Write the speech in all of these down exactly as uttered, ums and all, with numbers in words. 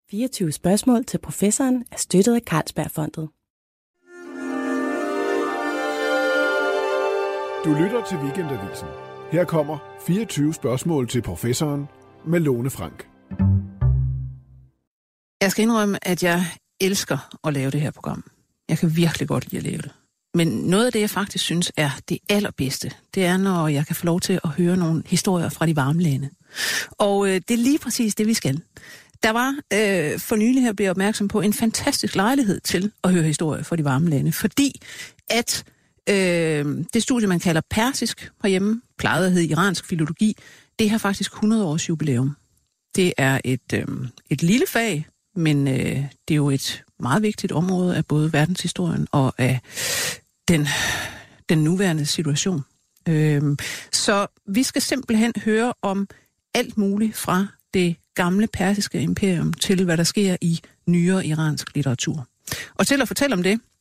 fireogtyve spørgsmål til professoren er støttet af Carlsbergfondet. Du lytter til Weekendavisen. Her kommer fireogtyve spørgsmål til professoren med Lone Frank. Jeg skal indrømme, at jeg elsker at lave det her program. Jeg kan virkelig godt lide at lave det. Men noget af det, jeg faktisk synes er det allerbedste, det er, når jeg kan få lov til at høre nogle historier fra de varme lande. Og øh, det er lige præcis det, vi skal. Der var øh, for nylig her, blev jeg opmærksom på, en fantastisk lejlighed til at høre historier fra de varme lande, fordi at øh, det studie, man kalder persisk herhjemme, plejede at hedde iransk filologi, det har faktisk hundrede års jubilæum. Det er et, øh, et lille fag, men øh, det er jo et meget vigtigt område af både verdenshistorien og af den, den nuværende situation. Øh, så vi skal simpelthen høre om alt muligt fra det gamle persiske imperium til, hvad der sker i nyere iransk litteratur. Og til at fortælle om det,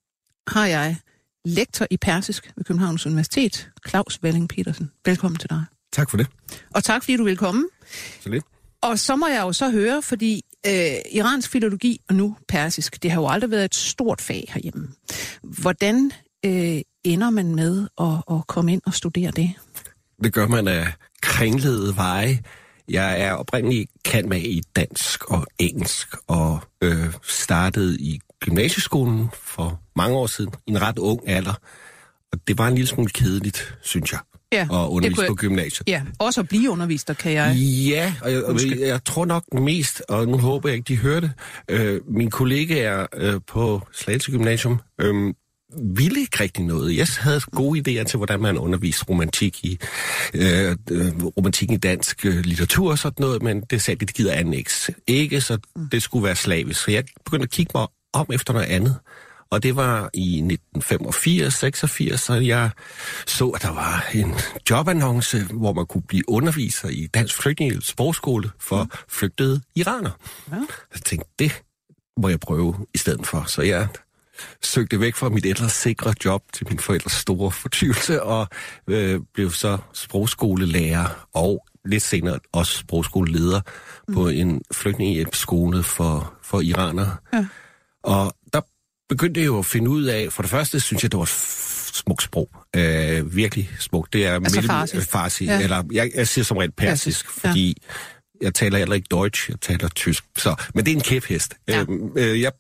har jeg lektor i persisk ved Københavns Universitet, Claus Welling Petersen. Velkommen til dig. Tak for det. Og tak fordi du vil komme. Så lidt. Og så må jeg jo så høre, fordi øh, iransk filologi og nu persisk, det har jo aldrig været et stort fag herhjemme. Hvordan øh, ender man med at, at komme ind og studere det? Det gør man af kringlede veje. Jeg er oprindeligt kendt med i dansk og engelsk, og øh, startede i gymnasieskolen for mange år siden, i en ret ung alder. Og det var en lille smule kedeligt, synes jeg, ja, at undervise jeg, på gymnasiet. Ja, også at blive undervist, der kan jeg... Ja, og jeg, og jeg, jeg tror nok mest, og nu håber jeg ikke, de hører det, øh, mine kollegaer øh, på Slagelse Gymnasium øh, ville ikke rigtig noget. Jeg havde gode idéer til, hvordan man underviser romantik i, øh, romantik i dansk øh, litteratur og sådan noget, men det sagde, det gider annex ikke, så det skulle være slavisk. Så jeg begyndte at kigge mig om efter noget andet. Og det var i nitten femogfirs seksogfirs, så jeg så, at der var en jobannonce, hvor man kunne blive underviser i Dansk Flygtningehjælp sprogskole for flygtede iranere. Ja. Jeg tænkte, det må jeg prøve i stedet for. Så jeg søgte væk fra mit ellers sikre job til min forældres store fortvivlelse, og øh, blev så sprogskolelærer og lidt senere også sprogskoleleder mm. på en flygtningehjælpsskole for, for iranere. Ja. Og der begyndte jeg jo at finde ud af, for det første synes jeg, det var et smukt sprog. Øh, virkelig smukt. Det er altså mellem, farsi. farsi ja. Eller jeg, jeg siger som regel persisk, persisk. Fordi ja. jeg taler heller ikke deutsch, jeg taler tysk. Så, men det er en kæphest. Ja. Øh, jeg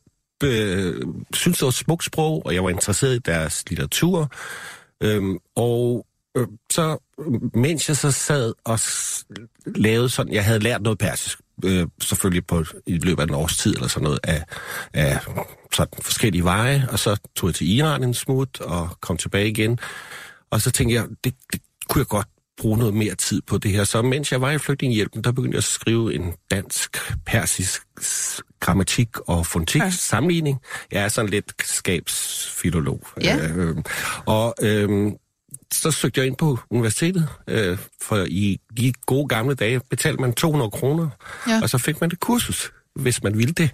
øh, synes, det var et smukt sprog, og jeg var interesseret i deres litteratur. Øh, og øh, så, mens jeg så sad og s- lavede sådan, jeg havde lært noget persisk, øh, selvfølgelig på, i løbet af en års tid, eller sådan noget, af, af sådan forskellige veje, og så tog jeg til Iran en smut, og kom tilbage igen. Og så tænkte jeg, det, det kunne jeg godt bruge noget mere tid på det her. Så mens jeg var i Flygtningehjælpen, der begyndte jeg at skrive en dansk-persisk grammatik og fonetik ja. sammenligning. Jeg er sådan lidt skabsfilolog. Ja. Øh, og øh, så søgte jeg ind på universitetet, øh, for i de gode gamle dage betalte man to hundrede kroner, ja. og så fik man det kursus, hvis man ville det.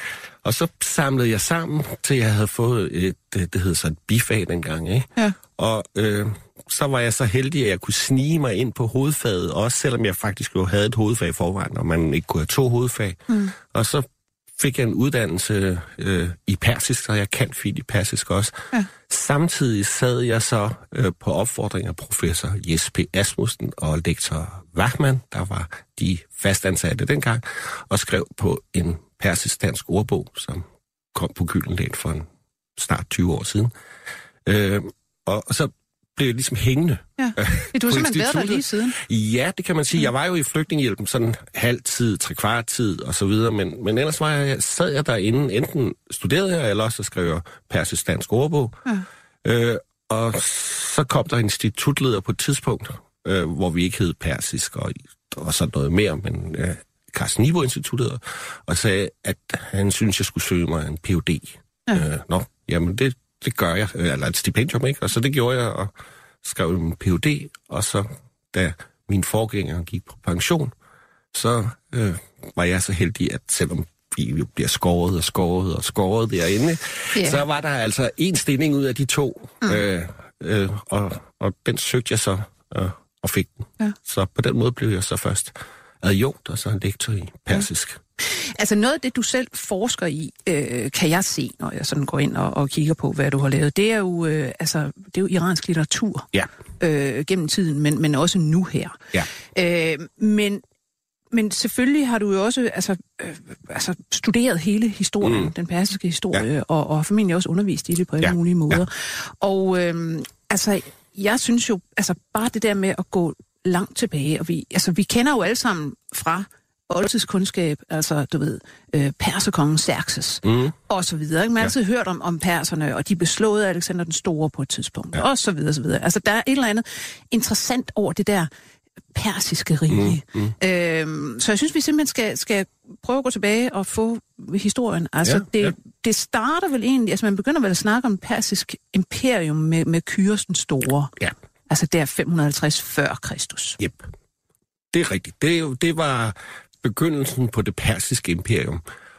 Og så samlede jeg sammen, til jeg havde fået et, det, det hedder så et bifag dengang, ikke? Ja. Og øh, så var jeg så heldig, at jeg kunne snige mig ind på hovedfaget, også selvom jeg faktisk jo havde et hovedfag i forvejen, og man ikke kunne have to hovedfag. Mm. Og så fik jeg en uddannelse øh, i persisk, og jeg kan fint i persisk også. Ja. Samtidig sad jeg så øh, på opfordring af professor Jes P. Asmussen og lektor Wachmann, der var de fastansatte dengang, og skrev på en persisk-dansk ordbog, som kom på Gyldendal for en snart tyve år siden. Øh, og, og så blev jeg ligesom hængende. Ja. Du har simpelthen været der lige siden. Ja, det kan man sige. Jeg var jo i Flygtningehjælpen sådan halv tid, tre kvart tid og så videre, men, men ellers var jeg, sad jeg derinde, enten studerede jeg, eller også skrev jeg persisk-dansk ordbog. Ja. Øh, og så kom der en institutleder på et tidspunkt, øh, hvor vi ikke hed persisk og, og sådan noget mere, men øh, Carsten Niveau-instituttet, og sagde, at han synes jeg skulle søge mig en P H D. Ja. Øh, nå, jamen det, det gør jeg, eller et stipendium, ikke? Og så det gjorde jeg, og skrev en P H D, og så, da min forgænger gik på pension, så øh, var jeg så heldig, at selvom vi jo bliver skåret og skåret og skåret derinde, yeah. så var der altså en stilling ud af de to, mm. øh, øh, og, og den søgte jeg så, øh, og fik den. Ja. Så på den måde blev jeg så først adjunkt og så lektor i persisk. Ja. Altså noget af det, du selv forsker i, øh, kan jeg se, når jeg sådan går ind og, og kigger på, hvad du har lavet, det er jo, øh, altså, det er jo iransk litteratur ja. øh, gennem tiden, men, men også nu her. Ja. Øh, men, men selvfølgelig har du jo også altså, øh, altså, studeret hele historien, mm. den persiske historie, ja. og, og formentlig også undervist i det på alle ja. mulige måder. Ja. Og øh, altså, jeg synes jo, altså bare det der med at gå langt tilbage, og vi, altså, vi kender jo alle sammen fra oldtidskundskab, altså, du ved, øh, perserkongen Xerxes, mm. og så videre. Man har altid ja. hørt om, om perserne, og de beslåede Alexander den Store på et tidspunkt, ja. og så videre, så videre. Altså, der er et eller andet interessant over det der persiske rige. Mm. Mm. Øhm, så jeg synes, vi simpelthen skal, skal prøve at gå tilbage og få historien. Altså, ja, det, ja. det starter vel egentlig, altså man begynder vel at snakke om persisk imperium med, med Kyros den Store. Ja. Altså der fem hundrede og halvtreds før Kristus. Jep. Det er rigtigt. Det, det var begyndelsen på det persiske imperium.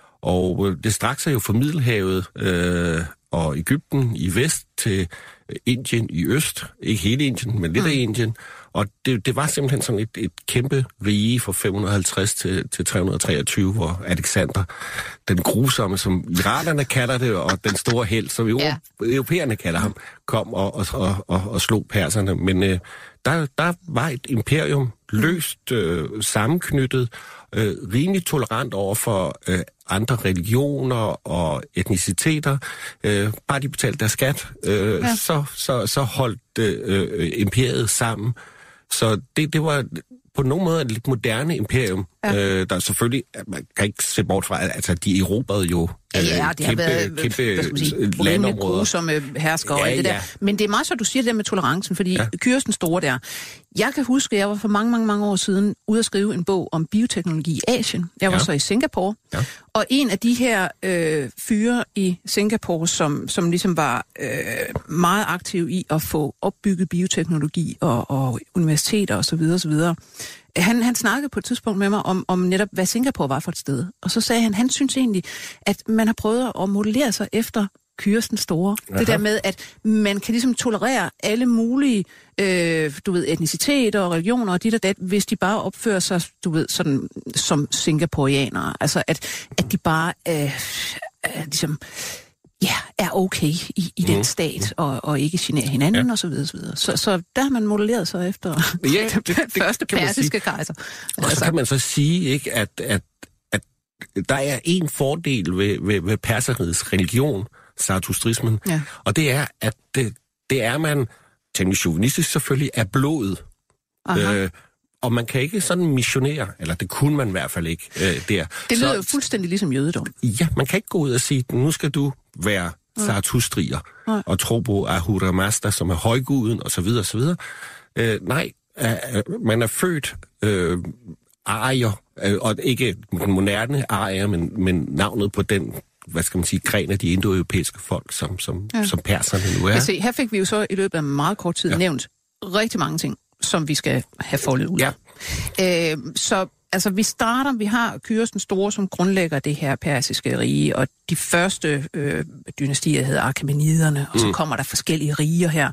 Og det strakte sig jo fra Middelhavet øh, og Egypten i vest til Indien i øst. Ikke hele Indien, men lidt mm. af Indien. Og det, det var simpelthen sådan et, et kæmpe rige fra fem hundrede og halvtreds til, til tre hundrede og treogtyve, hvor Alexander, den grusomme, som iranerne kalder det, og den store helt, som jo, ja. europæerne kalder ham, kom og, og, og, og, og slog perserne. Men øh, der, der var et imperium løst øh, sammenknyttet, øh, rimelig tolerant over for øh, andre religioner og etniciteter. Øh, bare de betalte deres skat, øh, ja. så, så, så holdt øh, imperiet sammen. Så det, det var på nogen måde et lidt moderne imperium. Ja. Øh, der selvfølgelig, man kan ikke se bort fra, altså de erobrede jo ja, ja, det kæmpe, har været, kæmpe landområder. Grusomme herskere og ja, det der. Ja. Men det er meget så, du siger det der med tolerancen, fordi ja. Kyros den Store der. Jeg kan huske, at jeg var for mange, mange, mange år siden ude at skrive en bog om bioteknologi i Asien. Jeg var ja. så i Singapore. Ja. Og en af de her øh, fyre i Singapore, som, som ligesom var øh, meget aktiv i at få opbygget bioteknologi og, og universiteter osv. osv. Han, han snakkede på et tidspunkt med mig om, om netop, hvad Singapore var for et sted. Og så sagde han, han synes egentlig, at man har prøvet at modellere sig efter Kyros den Store. Aha. Det der med, at man kan ligesom tolerere alle mulige, øh, du ved, etniciteter og religioner og dit og dat, hvis de bare opfører sig, du ved, sådan som singaporeanere. Altså, at, at de bare øh, øh, ligesom... ja, er okay i, i den mm. stat, og, og ikke generer hinanden, ja. og så videre, så videre. Så, så der har man modelleret sig efter ja, det, det, første det persiske kejser. Og så kan man så sige, ikke, at, at, at der er en fordel ved, ved, ved perserrigets religion, zarathustrismen, ja. og det er, at det, det er man, temmelig chauvinistisk selvfølgelig, af blodet. Øh, og man kan ikke sådan missionere, eller det kunne man i hvert fald ikke øh, der. Det lyder så, jo fuldstændig ligesom jødedom. Ja, man kan ikke gå ud og sige, nu skal du være zarathustrier ja. og tro på Ahura Mazda, som er højguden, og så videre, og så videre. Øh, nej, øh, man er født øh, arier, øh, og ikke den moderne arier, men, men navnet på den, hvad skal man sige, gren af de indoeuropæiske folk, som, som, ja. som perserne nu er. Se, her fik vi jo så i løbet af meget kort tid ja. nævnt rigtig mange ting, som vi skal have foldet ud. Ja. Øh, så altså, vi starter, vi har Kyros den Store, som grundlægger det her persiske rige, og de første øh, dynastier hedder Achaemeniderne, og så mm. kommer der forskellige riger her.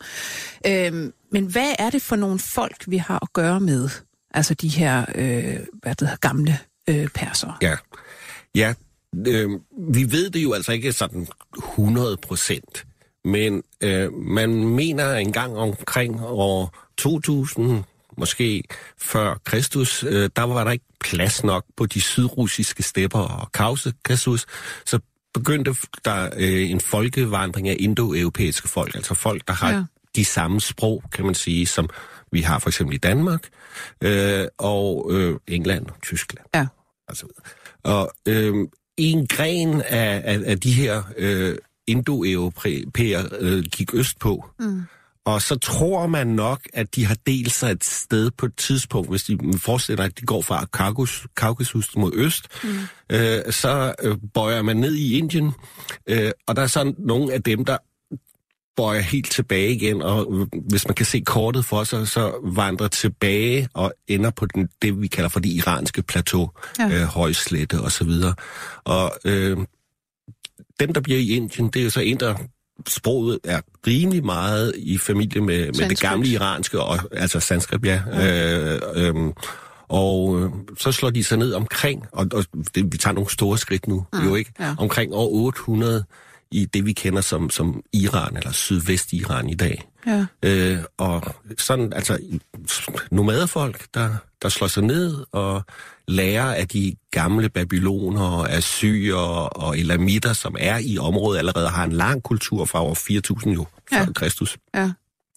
Øh, men hvad er det for nogle folk, vi har at gøre med? Altså de her, øh, hvad det hedder, gamle øh, persere. Ja, ja øh, vi ved det jo altså ikke sådan hundrede procent, men øh, man mener engang omkring år to tusind, måske før Kristus, øh, der var der ikke plads nok på de sydrussiske stepper og Kaukasus, så begyndte der øh, en folkevandring af indoeuropæiske folk, altså folk, der har ja. de samme sprog, kan man sige, som vi har for eksempel i Danmark, øh, og øh, England og Tyskland. Ja. Og, så videre. Og øh, en gren af, af, af de her øh, indoeuropæere øh, gik østpå, mm. og så tror man nok, at de har delt sig et sted på et tidspunkt, hvis de forestiller, at de går fra Kaukasus, Kaukasus mod øst, mm. øh, så øh, bøjer man ned i Indien, øh, og der er så nogle af dem, der bøjer helt tilbage igen, og hvis man kan se kortet for sig, så vandrer tilbage og ender på den, det, vi kalder for det iranske plateau, ja. øh, højslette og så videre. Og øh, dem, der bliver i Indien, det er jo så en, der sproget er rimelig meget i familie med, med det gamle iranske, og, altså sanskrit, ja. ja. Øh, øh, Og øh, så slår de sig ned omkring, og, og det, vi tager nogle store skridt nu, mm, jo ikke, ja. omkring år otte hundrede i det, vi kender som, som Iran, eller Sydvest-Iran i dag. Ja. Øh, og sådan, altså, nomadefolk, der, der slår sig ned og lærer af de gamle babyloner, assyrer og elamitter, som er i området, allerede har en lang kultur fra over fire tusind jo, før ja. Kristus. Ja.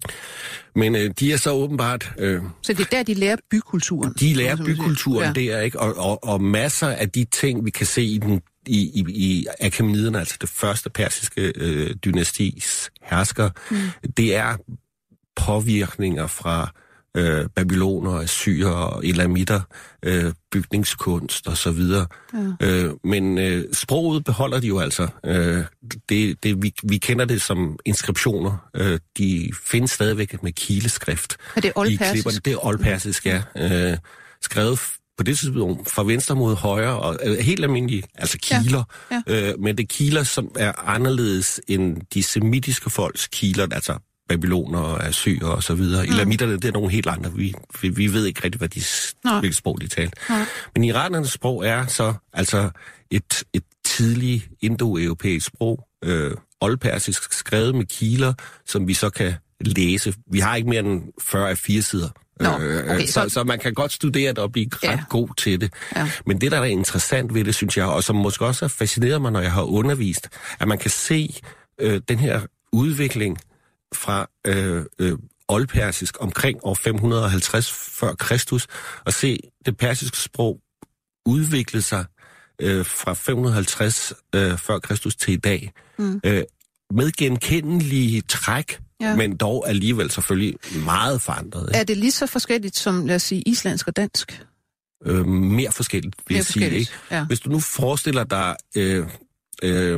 Men øh, de er så åbenbart... Øh, så det er der, de lærer bykulturen? De lærer bykulturen ja. der, ikke? Og, og, og masser af de ting, vi kan se i den i, i, i Achaemeniderne, altså det første persiske øh, dynastis hersker, mm. det er påvirkninger fra øh, babyloner, assyrer, elamitter, øh, bygningskunst og så videre. Ja. Øh, men øh, sproget beholder de jo altså. Øh, det, det, vi, vi kender det som inskriptioner. Øh, de findes stadigvæk med kileskrift. Er det oldpersisk? Det er oldpersisk, ja. Øh, skrevet på det tidspunkt fra venstre mod højre, og øh, helt almindelige, altså kiler, ja. Ja. Øh, men det er kiler, som er anderledes end de semitiske folks kiler, altså babyloner og assyrer og så videre. Mm. Elamitterne, det er nogle helt andre. Vi, vi, vi ved ikke rigtig, hvad de, hvilket sprog de talte. Nej. Men iranernes sprog er så altså et, et tidligt indoeuropæisk sprog, øh, oldpersisk, skrevet med kiler, som vi så kan læse. Vi har ikke mere end fyrre af fire sider. Nå, okay, så, så, så man kan godt studere det og blive ret ja. god til det. Ja. Men det, der er interessant ved det, synes jeg, og som måske også har fascineret mig, når jeg har undervist, at man kan se øh, den her udvikling fra øh, øh, oldpersisk omkring år fem hundrede og halvtreds før Kristus, og se det persiske sprog udvikle sig øh, fra fem hundrede og halvtreds øh, før Kristus til i dag. Mm. Øh, med genkendelige træk, ja. men dog alligevel selvfølgelig meget forandret. Ikke? Er det lige så forskelligt som, lad os sige, islandsk og dansk? Øh, mere forskelligt, vil mere jeg sige. Ikke? Ja. Hvis du nu forestiller dig øh, øh,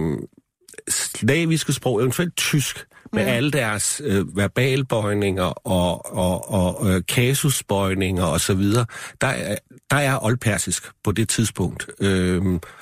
slaviske sprog, eventuelt tysk, med ja. alle deres øh, verbalbøjninger og, og, og øh, kasusbøjninger og så videre, der er, der er oldpersisk på det tidspunkt. Øh,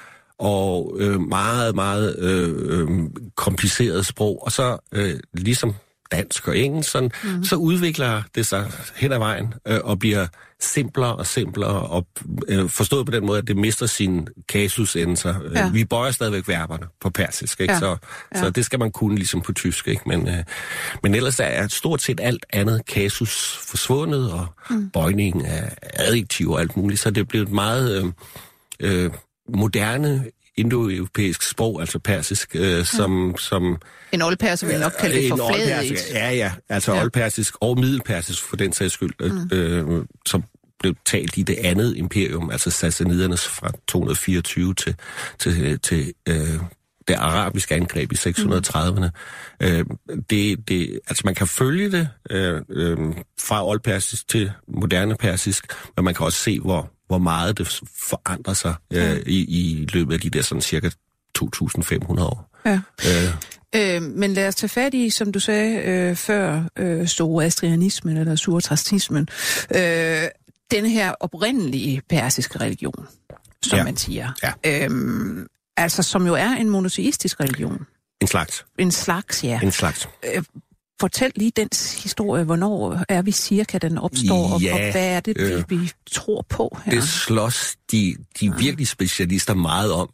og øh, meget, meget øh, kompliceret sprog. Og så, øh, ligesom dansk og engelsk, sådan, mm-hmm. så udvikler det sig hen ad vejen øh, og bliver simplere og simplere, og øh, forstået på den måde, at det mister sin kasusendelser. Ja. Vi bøjer stadigvæk verberne på persisk, ikke? Ja. Så, ja. så det skal man kunne ligesom på tysk, ikke? Men, øh, men ellers er stort set alt andet kasus forsvundet, og mm. bøjning af adjektiver og alt muligt, så det er blevet meget øh, øh, moderne indoeuropæisk sprog, altså persisk, øh, som, ja. som... En oldpersisk vil nok kalde det forfladigt. Ja, ja, altså ja. oldpersisk og middelpersisk for den sags skyld, mm. øh, som blev talt i det andet imperium, altså sassanidernes fra to hundrede og fireogtyve til, til, til øh, det arabiske angreb i seks hundrede og trediverne. Mm. Øh, det, det, altså man kan følge det øh, øh, fra oldpersisk til moderne persisk, men man kan også se, hvor hvor meget det forandrer sig øh, i, i løbet af de der sådan cirka to tusind fem hundrede år. Ja. Øh. Øh, men lad os tage fat i, som du sagde øh, før, øh, zoroastrianismen eller zoroastrismen, øh, den her oprindelige persiske religion, som ja. man siger. Ja. Øh, altså, som jo er en monoteistisk religion. En slags. En slags, ja. En slags. Øh, Fortæl lige dens historie. Hvornår er vi cirka, den opstår, ja, og hvad er det, øh, vi, vi tror på her? Det slås de, de ja. virkelig specialister meget om.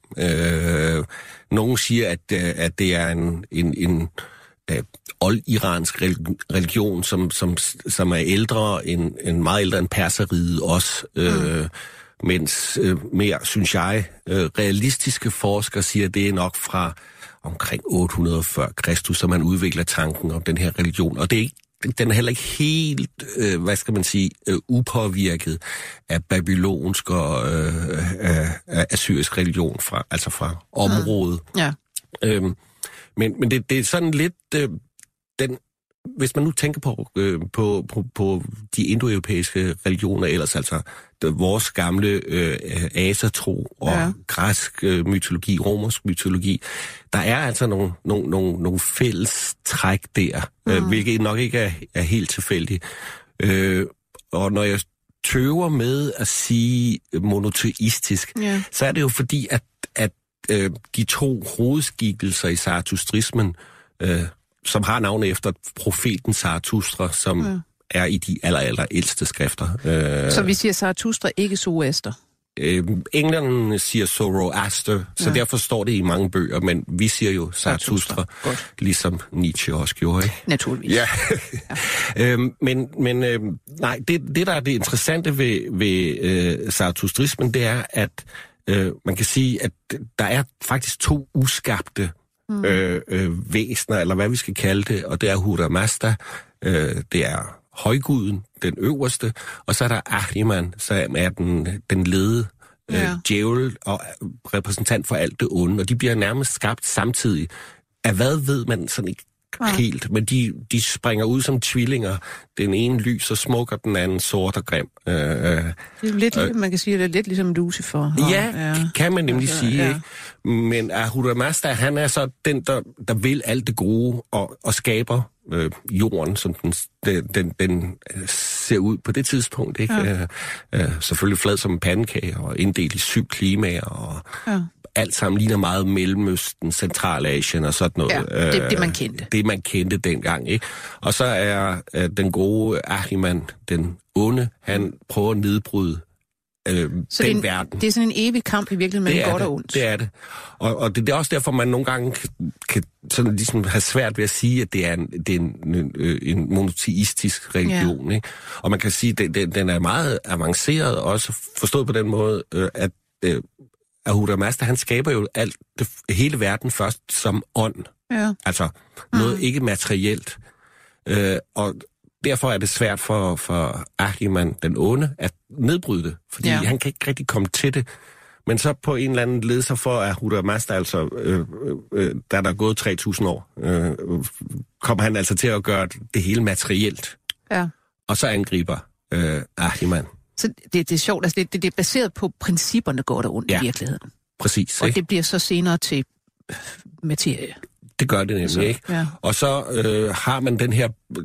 Øh, nogle siger, at, at det er en, en, en uh, old-iransk religion, som, som, som er ældre, en, en meget ældre end perseriget også. Mm. Øh, mens øh, mere, synes jeg, øh, realistiske forskere siger, at det er nok fra omkring otte hundrede før Kristus, så man udvikler tanken om den her religion. Og det er ikke, den er heller ikke helt, øh, hvad skal man sige, øh, upåvirket af babylonsk og øh, øh, assyrisk religion, fra, altså fra området. Ja. Øhm, men men det, det er sådan lidt, øh, den, hvis man nu tænker på, øh, på, på, på de indoeuropæiske religioner ellers, altså vores gamle øh, asatro og ja. græsk øh, mytologi, romersk mytologi, der er altså nogle, nogle, nogle, nogle fælles træk der, mm. øh, hvilket nok ikke er, er helt tilfældigt. Øh, og når jeg tøver med at sige monoteistisk, ja. så er det jo fordi, at, at øh, de to hovedskikkelser i zaratustrismen, øh, som har navnet efter profeten Zarathustra, som ja. er i de aller, aller ældste skrifter. Øh, så vi siger Zarathustra, ikke Zoroaster? Øh, englænderne siger Zoroaster, så ja. derfor står det i mange bøger, men vi siger jo Zarathustra, ligesom Nietzsche også gjorde, ikke? Naturligvis. Ja. ja. øhm, men men øh, nej, det, det der er det interessante ved, ved øh, zarathustrismen, det er, at øh, man kan sige, at der er faktisk to uskabte mm. øh, øh, væsener, eller hvad vi skal kalde det, og det er Ahura Mazda, øh, det er højguden, den øverste, og så er der Ahriman, som er den, den lede ja. øh, djævel og repræsentant for alt det onde, og de bliver nærmest skabt samtidig. Af hvad ved man sådan ikke ja. helt, men de, de springer ud som tvillinger. Den ene lys og smuk, og den anden sort og grim. Øh, det er lidt, øh, man kan sige, det er lidt ligesom Lucifer. Og, ja, ja, kan man nemlig altså, sige, ja. ikke? Men Ahura Mazda, han er så den, der, der vil alt det gode og, og skaber øh, jorden, som den, den, den ser ud på det tidspunkt, ikke? Ja. Øh, øh, selvfølgelig flad som en pandekage og inddelt i syv klimaer og ja. alt sammen ligner meget Mellemøsten, Centralasien og sådan noget. Ja, det er det, man kendte. Det, man kendte dengang, ikke? Og så er øh, den gode Ahriman, den onde, han prøver at nedbryde øh, så den det er, verden. Det er sådan en evig kamp i virkeligheden mellem godt og ondt. Det er det. Og, og det, det er også derfor, man nogle gange kan, kan sådan ligesom have svært ved at sige, at det er en, det er en, en, en monoteistisk religion. Ja. Ikke? Og man kan sige, at den, den, den er meget avanceret, også forstået på den måde, øh, at øh, Ahura Mazda, han skaber jo alt, det, hele verden først som ånd. Ja. Altså noget mm. ikke materielt. Øh, og derfor er det svært for, for Ahriman, den onde, at nedbryde det, fordi ja. han kan ikke rigtig komme til det. Men så på en eller anden led, så får Ahura Mazda, altså, øh, øh, da der er gået tre tusind år, øh, kommer han altså til at gøre det hele materielt. Ja. Og så angriber øh, Ahriman. Så det, det er sjovt, altså det, det, det er baseret på principperne godt og ondt ja. i virkeligheden. Præcis. Og ikke? det bliver så senere til materie. Det gør det nemlig, så, ikke? Ja. Og så øh, har man den her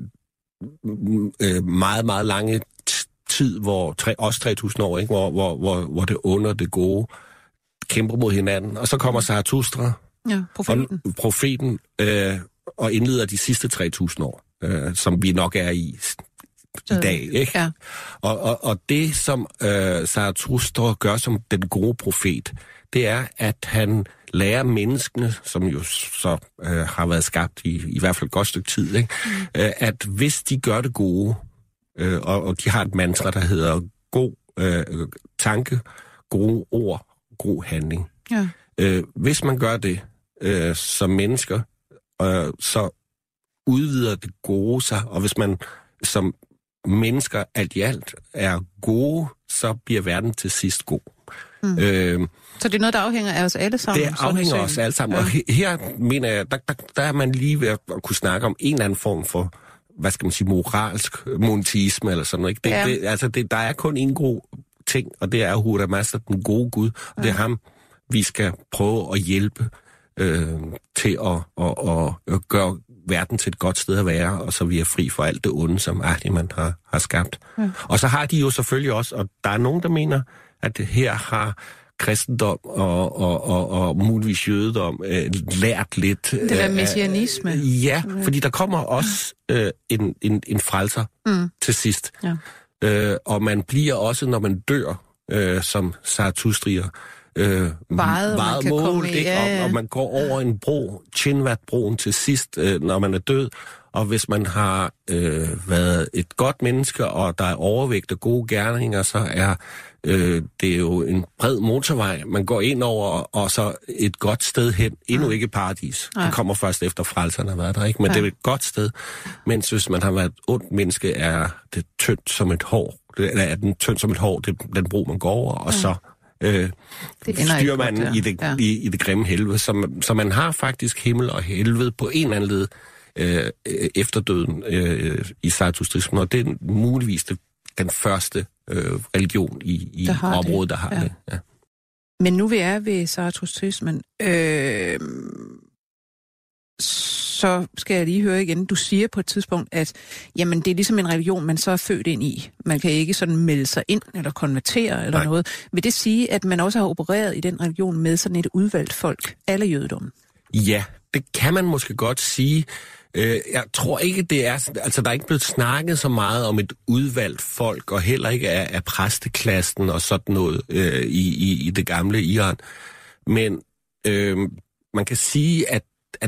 øh, meget, meget lange tid, hvor tre, også tre tusind år, ikke? Hvor, hvor, hvor, hvor det onde og det gode kæmper mod hinanden. Og så kommer Zarathustra, ja, profeten, og, profeten øh, og indleder de sidste tre tusind år, øh, som vi nok er i i dag, ikke? Ja. Og, og, og det, som øh, Zarathustra gør som den gode profet, det er, at han lærer menneskene, som jo så øh, har været skabt i, i hvert fald et godt stykke tid, ikke? Mm. Øh, at hvis de gør det gode, øh, og, og de har et mantra, der hedder god øh, tanke, gode ord, god handling. Ja. Øh, hvis man gør det øh, som mennesker, øh, så udvider det gode sig, og hvis man som mennesker alt i alt er gode, så bliver verden til sidst god. Mm. Øh, så det er noget, der afhænger af os alle sammen? Det afhænger af os alle sammen. Ja. Og her mener jeg, der, der, der er man lige ved at kunne snakke om en eller anden form for, hvad skal man sige, moralsk monoteisme eller sådan noget. Ikke? Det, ja. det, altså det, der er kun en god ting, og det er Ahura Mazda, den gode Gud. Og ja. det er ham, vi skal prøve at hjælpe øh, til at, at, at, at gøre verden til et godt sted at være, og så vi er fri for alt det onde, som Ahriman har, har skabt. Ja. Og så har de jo selvfølgelig også, og der er nogen, der mener, at det her har kristendom og, og, og, og muligvis jødedom øh, lært lidt. Det der øh, messianisme. Øh, ja, fordi der kommer også øh, en, en, en frelser mm. til sidst. Ja. Øh, og man bliver også, når man dør, øh, som Zarathustrier, øh, meget mål, ikke? Ja, ja. Og, og man går over en bro, Chinvat-broen til sidst, øh, når man er død. Og hvis man har øh, været et godt menneske, og der er overvægt og gode gerninger, så er øh, det jo en bred motorvej, man går ind over, og så et godt sted hen. Endnu ikke paradis. Ja. Det kommer først efter frelserne har været der, ikke? Men ja. det er et godt sted. Mens hvis man har været et ondt menneske, er det tyndt som et hår. Eller er den tyndt som et hår, det er den bro, man går over, og ja. så øh, styrer man godt, ja. i, det, ja. i, i det grimme helvede. Så, så man har faktisk himmel og helvede på en eller anden led øh, efter døden øh, i Zarathustrismen, og det er muligvis det, den første øh, religion i, i der området, det. der har ja. det. Ja. Men nu vi er ved Zarathustrismen, øh, så skal jeg lige høre igen. Du siger på et tidspunkt, at jamen, det er ligesom en religion, man så er født ind i. Man kan ikke sådan melde sig ind eller konvertere eller Nej. noget. Vil det sige, at man også har opereret i den religion med sådan et udvalgt folk, alle jødedommen? Ja, det kan man måske godt sige. Øh, jeg tror ikke, det er... Altså, der er ikke blevet snakket så meget om et udvalgt folk, og heller ikke af, af præsteklassen og sådan noget øh, i, i, i det gamle Iran. Men øh, man kan sige, at, at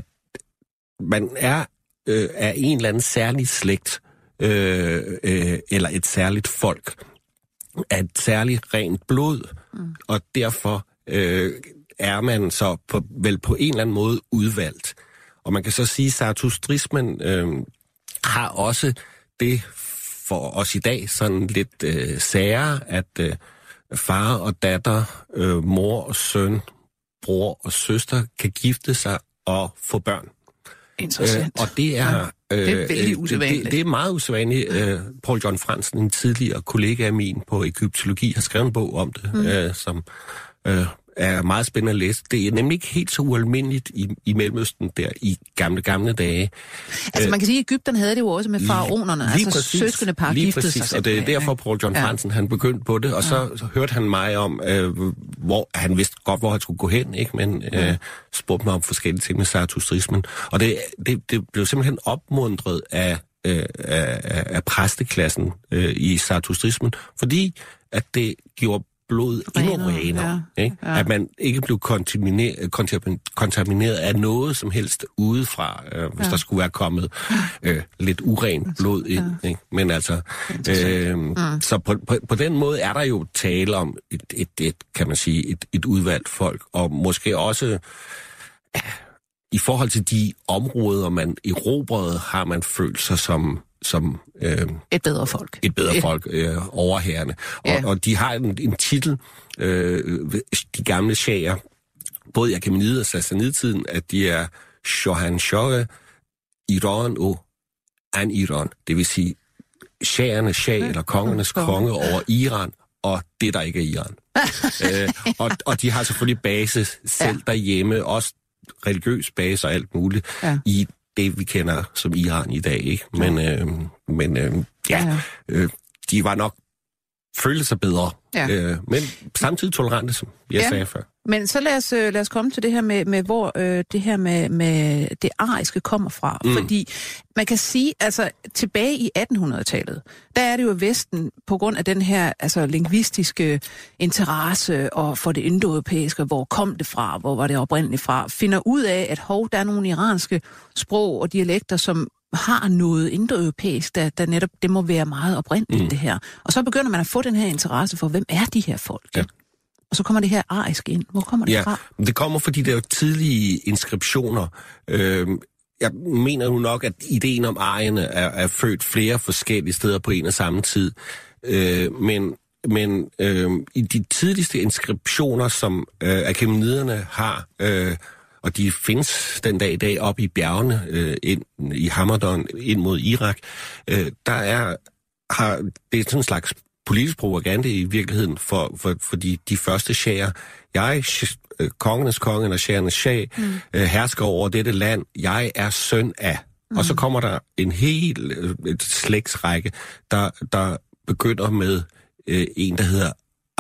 man er øh, af en eller anden særlig slægt, øh, øh, eller et særligt folk, af et særligt rent blod, mm. og derfor øh, er man så på, vel på en eller anden måde udvalgt. Og man kan så sige, at Zarathustrismen øh, har også det for os i dag sådan lidt øh, sære, at øh, far og datter, øh, mor og søn, bror og søster kan gifte sig og få børn. Interessant. Øh, og det er... Ja, det er vældig usædvanligt. Det, det er meget usædvanligt. Øh, Poul John Fransen, en tidligere kollega af min på egyptologi, har skrevet en bog om det, mm. øh, som... Øh, er meget spændende at læse. Det er nemlig ikke helt så ualmindeligt i, i Mellemøsten der i gamle, gamle dage. Altså man kan sige, at Egypterne havde det jo også med faraonerne, lige altså præcis, søskende par giftede sig. Og det er derfor, Poul John Fransen, ja. han begyndte på det, og ja. så, så hørte han mig om, øh, hvor han vidste godt, hvor han skulle gå hen, ikke? Men øh, ja. spurgte mig om forskellige ting med Zarathustrismen. Og det, det, det blev simpelthen opmuntret af, øh, af, af præsteklassen øh, i Zarathustrismen, fordi at det gjorde blod endnu renere, ja, ikke? Ja. At man ikke blev kontamineret, kontamineret af noget som helst udefra, øh, hvis ja. der skulle være kommet øh, lidt uren blod ind. Ja. Ikke? Men altså, øh, mm. så på, på, på den måde er der jo tale om et, et, et kan man sige, et, et udvalgt folk, og måske også ja, i forhold til de områder, man erobrede, har man følt sig som som øh, et bedre folk. Et bedre folk, øh, overherrende. Og, ja. og de har en, en titel, øh, de gamle shaher, både i Achaemenid og Sassanid-tiden, at de er Shohanshah, Iran og An-Iran. Det vil sige, shaherne, shah, ja. eller kongernes ja. konge over Iran, og det, der ikke er Iran. øh, og, og de har selvfølgelig base selv ja. derhjemme, også religiøs base og alt muligt, ja. i det, vi kender som Iran i dag, ikke? Men, ja. øh, men øh, ja, ja. Øh, de var nok følte sig bedre, ja. øh, men samtidig tolerante, som jeg ja. sagde før. Men så lad os, øh, lad os komme til det her med, med hvor øh, det her med, med det ariske kommer fra. Mm. Fordi man kan sige, altså tilbage i attenhundredetallet, der er det jo Vesten, på grund af den her altså, lingvistiske interesse og for det indoeuropæiske, hvor kom det fra, hvor var det oprindeligt fra, finder ud af, at hov, der er nogle iranske sprog og dialekter, som har noget indoeuropæisk, der, der netop, det må være meget oprindeligt, mm. det her. Og så begynder man at få den her interesse for, hvem er de her folk? Ja. Og så kommer det her arisk ind. Hvor kommer det ja, fra? Det kommer, fordi der er tidlige inskriptioner. Øh, jeg mener jo nok, at ideen om arierne er, er født flere forskellige steder på en og samme tid. Øh, men men øh, i de tidligste inskriptioner, som øh, Achaemeniderne har, øh, og de findes den dag i dag oppe i bjergene, øh, ind, i Hamadan, ind mod Irak, øh, der er, har, det er sådan en slags politisk propaganda i virkeligheden, for, for, fordi de første shaher, jeg, øh, kongernes konge, eller shahernes shah, mm. øh, hersker over dette land, jeg er søn af. Mm. Og så kommer der en hel øh, et slægtsrække, der, der begynder med øh, en, der hedder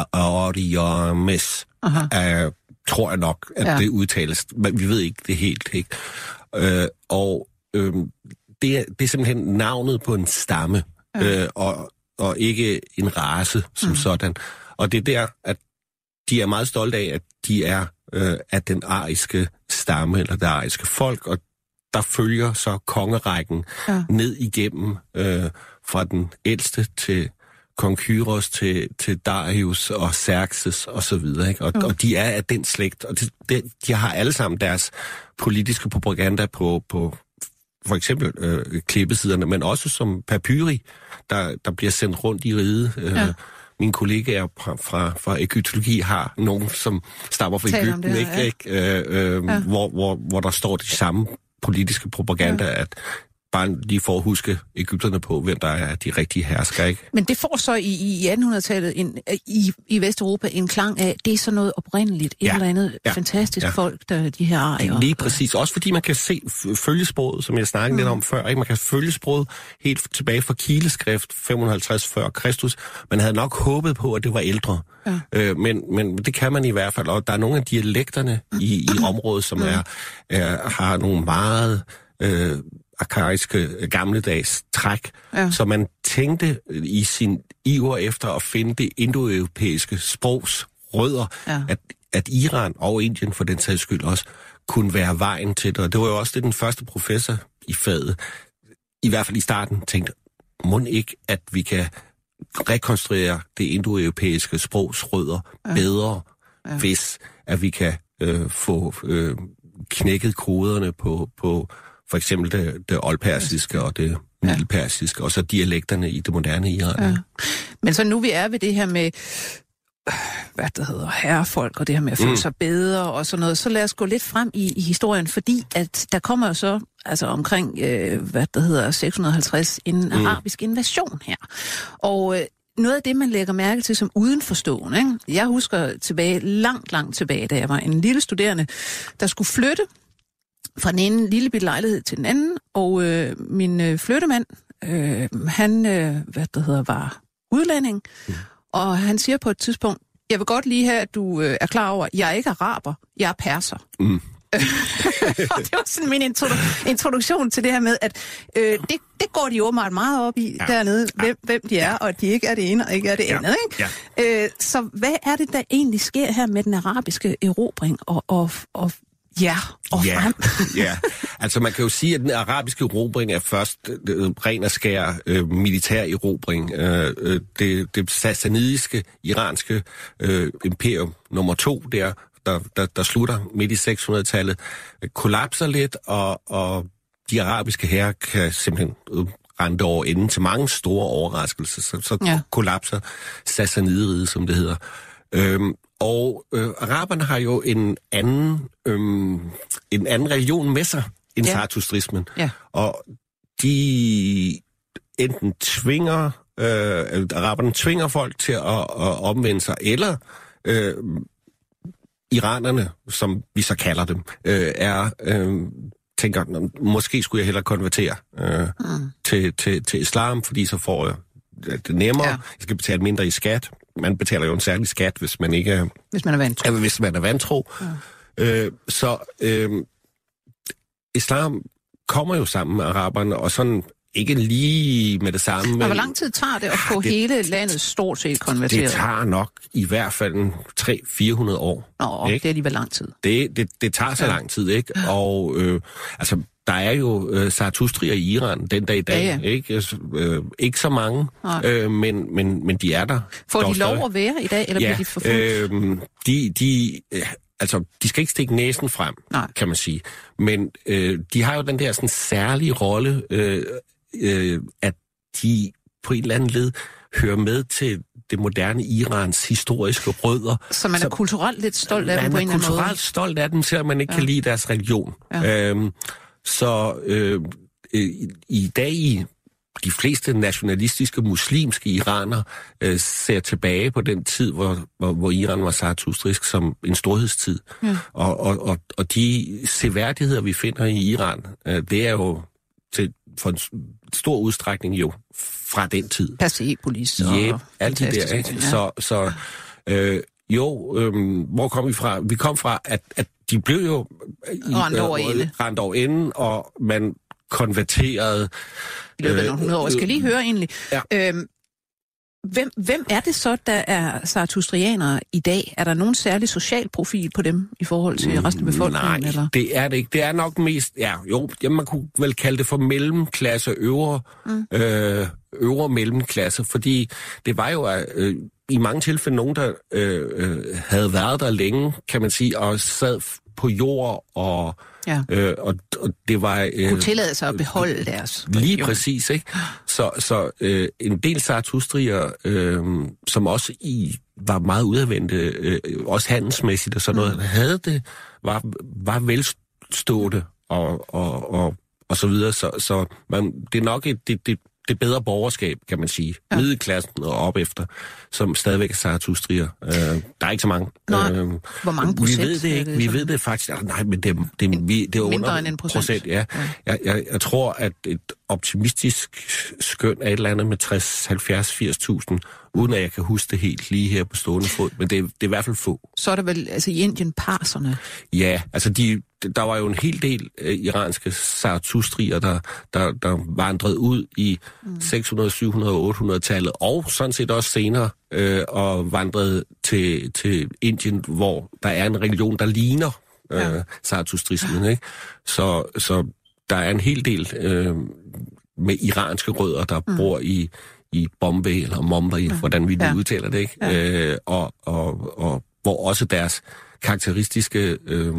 Ariames. Uh, tror jeg nok, at ja. det udtales. Men vi ved ikke det helt, ikke? Øh, og øh, det, er, det er simpelthen navnet på en stamme, ja. øh, og og ikke en race som mm. sådan. Og det er der, at de er meget stolte af, at de er øh, af den ariske stamme, eller det ariske folk, og der følger så kongerækken ja. ned igennem, øh, fra den ældste til kong Kyros, til, til Darius og Xerxes og så videre, ikke? Og, mm. og de er af den slægt, og de, de, de har alle sammen deres politiske propaganda på, på for eksempel øh, klippesiderne, men også som papyri, der, der bliver sendt rundt i riget. Øh, ja. Mine kollegaer fra, fra, fra egyptologi har nogen, som stammer fra Egypten, det her, ikke? Ja. Øh, øh, ja. hvor, hvor, hvor der står de samme politiske propaganda, ja. at bare lige for at huske egypterne på, hvem der er de rigtige herskere, ikke? Men det får så i, i attenhundredetallet en, i, i Vesteuropa en klang af, det er så noget oprindeligt, et ja. eller andet ja. fantastisk ja. folk, der de her arier. Lige præcis. Også fordi man kan se følgesproget, som jeg snakkede mm. lidt om før, ikke? Man kan følge sproget helt tilbage fra kileskrift fem hundrede og halvtreds før Kristus. Man havde nok håbet på, at det var ældre. Ja. Øh, men, men det kan man i hvert fald. Og der er nogle af dialekterne i, i området, som er, er, har nogle meget... Øh, arkaiske gammeldags træk, ja. Så man tænkte i sin iver efter at finde det indoeuropæiske sprogs rødder, ja. at, at Iran og Indien for den sags skyld også kunne være vejen til det. Og det var jo også det, den første professor i faget, i hvert fald i starten, tænkte, må ikke, at vi kan rekonstruere det indoeuropæiske sprogs rødder ja. bedre, ja. hvis at vi kan øh, få øh, knækket koderne på, på for eksempel det, det oldpersiske og det middelpersiske, ja. og så dialekterne i det moderne Iran. Ja. Men så nu vi er ved det her med hvad det hedder, herrefolk, og det her med at føle mm. sig bedre og sådan noget, så lad os gå lidt frem i, i historien, fordi at der kommer jo så altså omkring, øh, hvad det hedder, seks hundrede og halvtreds en mm. arabisk invasion her. Og øh, noget af det, man lægger mærke til som udenforstående, ikke? Jeg husker tilbage, langt, langt tilbage, da jeg var en lille studerende, der skulle flytte fra den ene lille bitte lejlighed til den anden, og øh, min øh, flyttemand, øh, han, øh, hvad det hedder, var udlænding, mm. og han siger på et tidspunkt, jeg vil godt lige have, at du øh, er klar over, at jeg er ikke araber, jeg er perser. Mm. Og det var sådan min introdu- introduktion til det her med, at øh, det, det går de åbenbart meget op i ja. dernede, hvem, ja. hvem de er, og at de ikke er det ene og ikke er det ja. andet. Ikke? Ja. Øh, så hvad er det, der egentlig sker her med den arabiske erobring og, og, og Ja, og ja, frem. ja, altså man kan jo sige, at den arabiske erobring er først øh, ren og skær øh, militær erobring. Øh, det, det sassanidiske, iranske øh, imperium nummer to der, der, der, der slutter midt i seks hundrede-tallet, kollapser lidt, og, og de arabiske hære kan simpelthen øh, rende over enden til mange store overraskelser. Så, så ja. kollapser Sassanideriget, som det hedder. Øhm, og øh, araberne har jo en anden, øhm, en anden religion med sig end ja. Zaratustrismen. Ja. Og de enten tvinger, øh, araberne tvinger folk til at, at omvende sig, eller øh, iranerne, som vi så kalder dem, øh, er... Øh, tænker, måske skulle jeg hellere konvertere øh, mm. til, til, til islam, fordi så får jeg det nemmere. Ja. Jeg skal betale mindre i skat. Man betaler jo en særlig skat, hvis man ikke er... Hvis man er vantro. Ja, hvis man er vantro. Ja. Øh, så øh, islam kommer jo sammen med araberne, og sådan ikke lige med det samme. Men og hvor lang tid tager det at få det, hele landet stort set konverteret? Det tager nok i hvert fald tre hundrede til fire hundrede år. Nå, ikke? Det er alligevel lang tid. Det, det, det tager så ja. lang tid, ikke? Og øh, altså... Der er jo øh, Zaratustrier i Iran den dag i dag, ja, ja. Ikke? Øh, ikke så mange, øh, men, men, men de er der. Får de lov at være i dag, eller ja, bliver de forfulgt? Øh, de, de, øh, altså, de skal ikke stikke næsen frem, Nej. kan man sige. Men øh, de har jo den der sådan særlige rolle, øh, øh, at de på en eller anden led hører med til det moderne Irans historiske rødder. Så man er så, kulturelt lidt stolt af dem på en eller anden måde? Man er kulturelt stolt af dem, selvom man ikke ja. kan lide deres religion. Ja. Øh, Så øh, i, i dag i de fleste nationalistiske muslimske iranere øh, ser tilbage på den tid, hvor, hvor, hvor Iran var zaratustrisk som en storhedstid. Ja. Og, og, og, og de seværdigheder, vi finder i Iran, øh, det er jo til, for en stor udstrækning jo fra den tid. Persepolis og ja, alt det der. Ikke? Ja. Så, så øh, jo, øh, hvor kom vi fra? Vi kom fra, at, at de blev jo rendt over ende. Rendt over ende, og man konverterede... I løbet af nogle hundrede år. Jeg skal lige høre egentlig. Ja. Øhm, hvem, hvem er det så, der er zaratustrianere i dag? Er der nogen særlig social profil på dem i forhold til resten af befolkningen? Nej, eller? det er det ikke. Det er nok mest... Ja, jo, jamen, man kunne vel kalde det for mellemklasse, øvre, mm. øh, øvre mellemklasse, fordi det var jo... Øh, i mange tilfælde nogen, der øh, øh, havde været der længe, kan man sige, og sad på jord, og, ja. øh, og, og det var... Øh, kunne tillade sig at beholde deres... Lige præcis, ikke? Så, så øh, en del zaratustrier, øh, som også i var meget udadvendte, øh, også handelsmæssigt og sådan noget, mm. havde det, var, var velstående og, og, og, og så videre. Så, så man, det er nok et... Det, det, det bedre borgerskab, kan man sige. Ja. Middelklassen og op efter, som stadigvæk er zaratustrier. Øh, der er ikke så mange. Nej. Øh, Hvor mange procent? Vi ved det ikke. Det vi ved det faktisk. Altså, nej, men det, det, en, vi, det er mindre under end en procent. procent ja. ja. Jeg, jeg, jeg tror, at et optimistisk skøn er et eller andet med tres, halvfjerds, firs tusind, uden at jeg kan huske det helt lige her på stående fod. Men det, det er i hvert fald få. Så er der vel altså i Indien parserne? Ja, altså de... der var jo en hel del øh, iranske Zarathustrier, der, der, der vandrede ud i mm. seks hundrede, syv hundrede og otte hundrede-tallet, og sådan set også senere, øh, og vandrede til, til Indien, hvor der er en religion, der ligner øh, ja. Zarathustrismen, ikke? Så, så der er en hel del øh, med iranske rødder, der mm. bor i, i Bombay, eller Mumbai, mm. hvordan vi nu ja. udtaler det, ikke? Ja. Øh, og, og, og hvor også deres karakteristiske øh,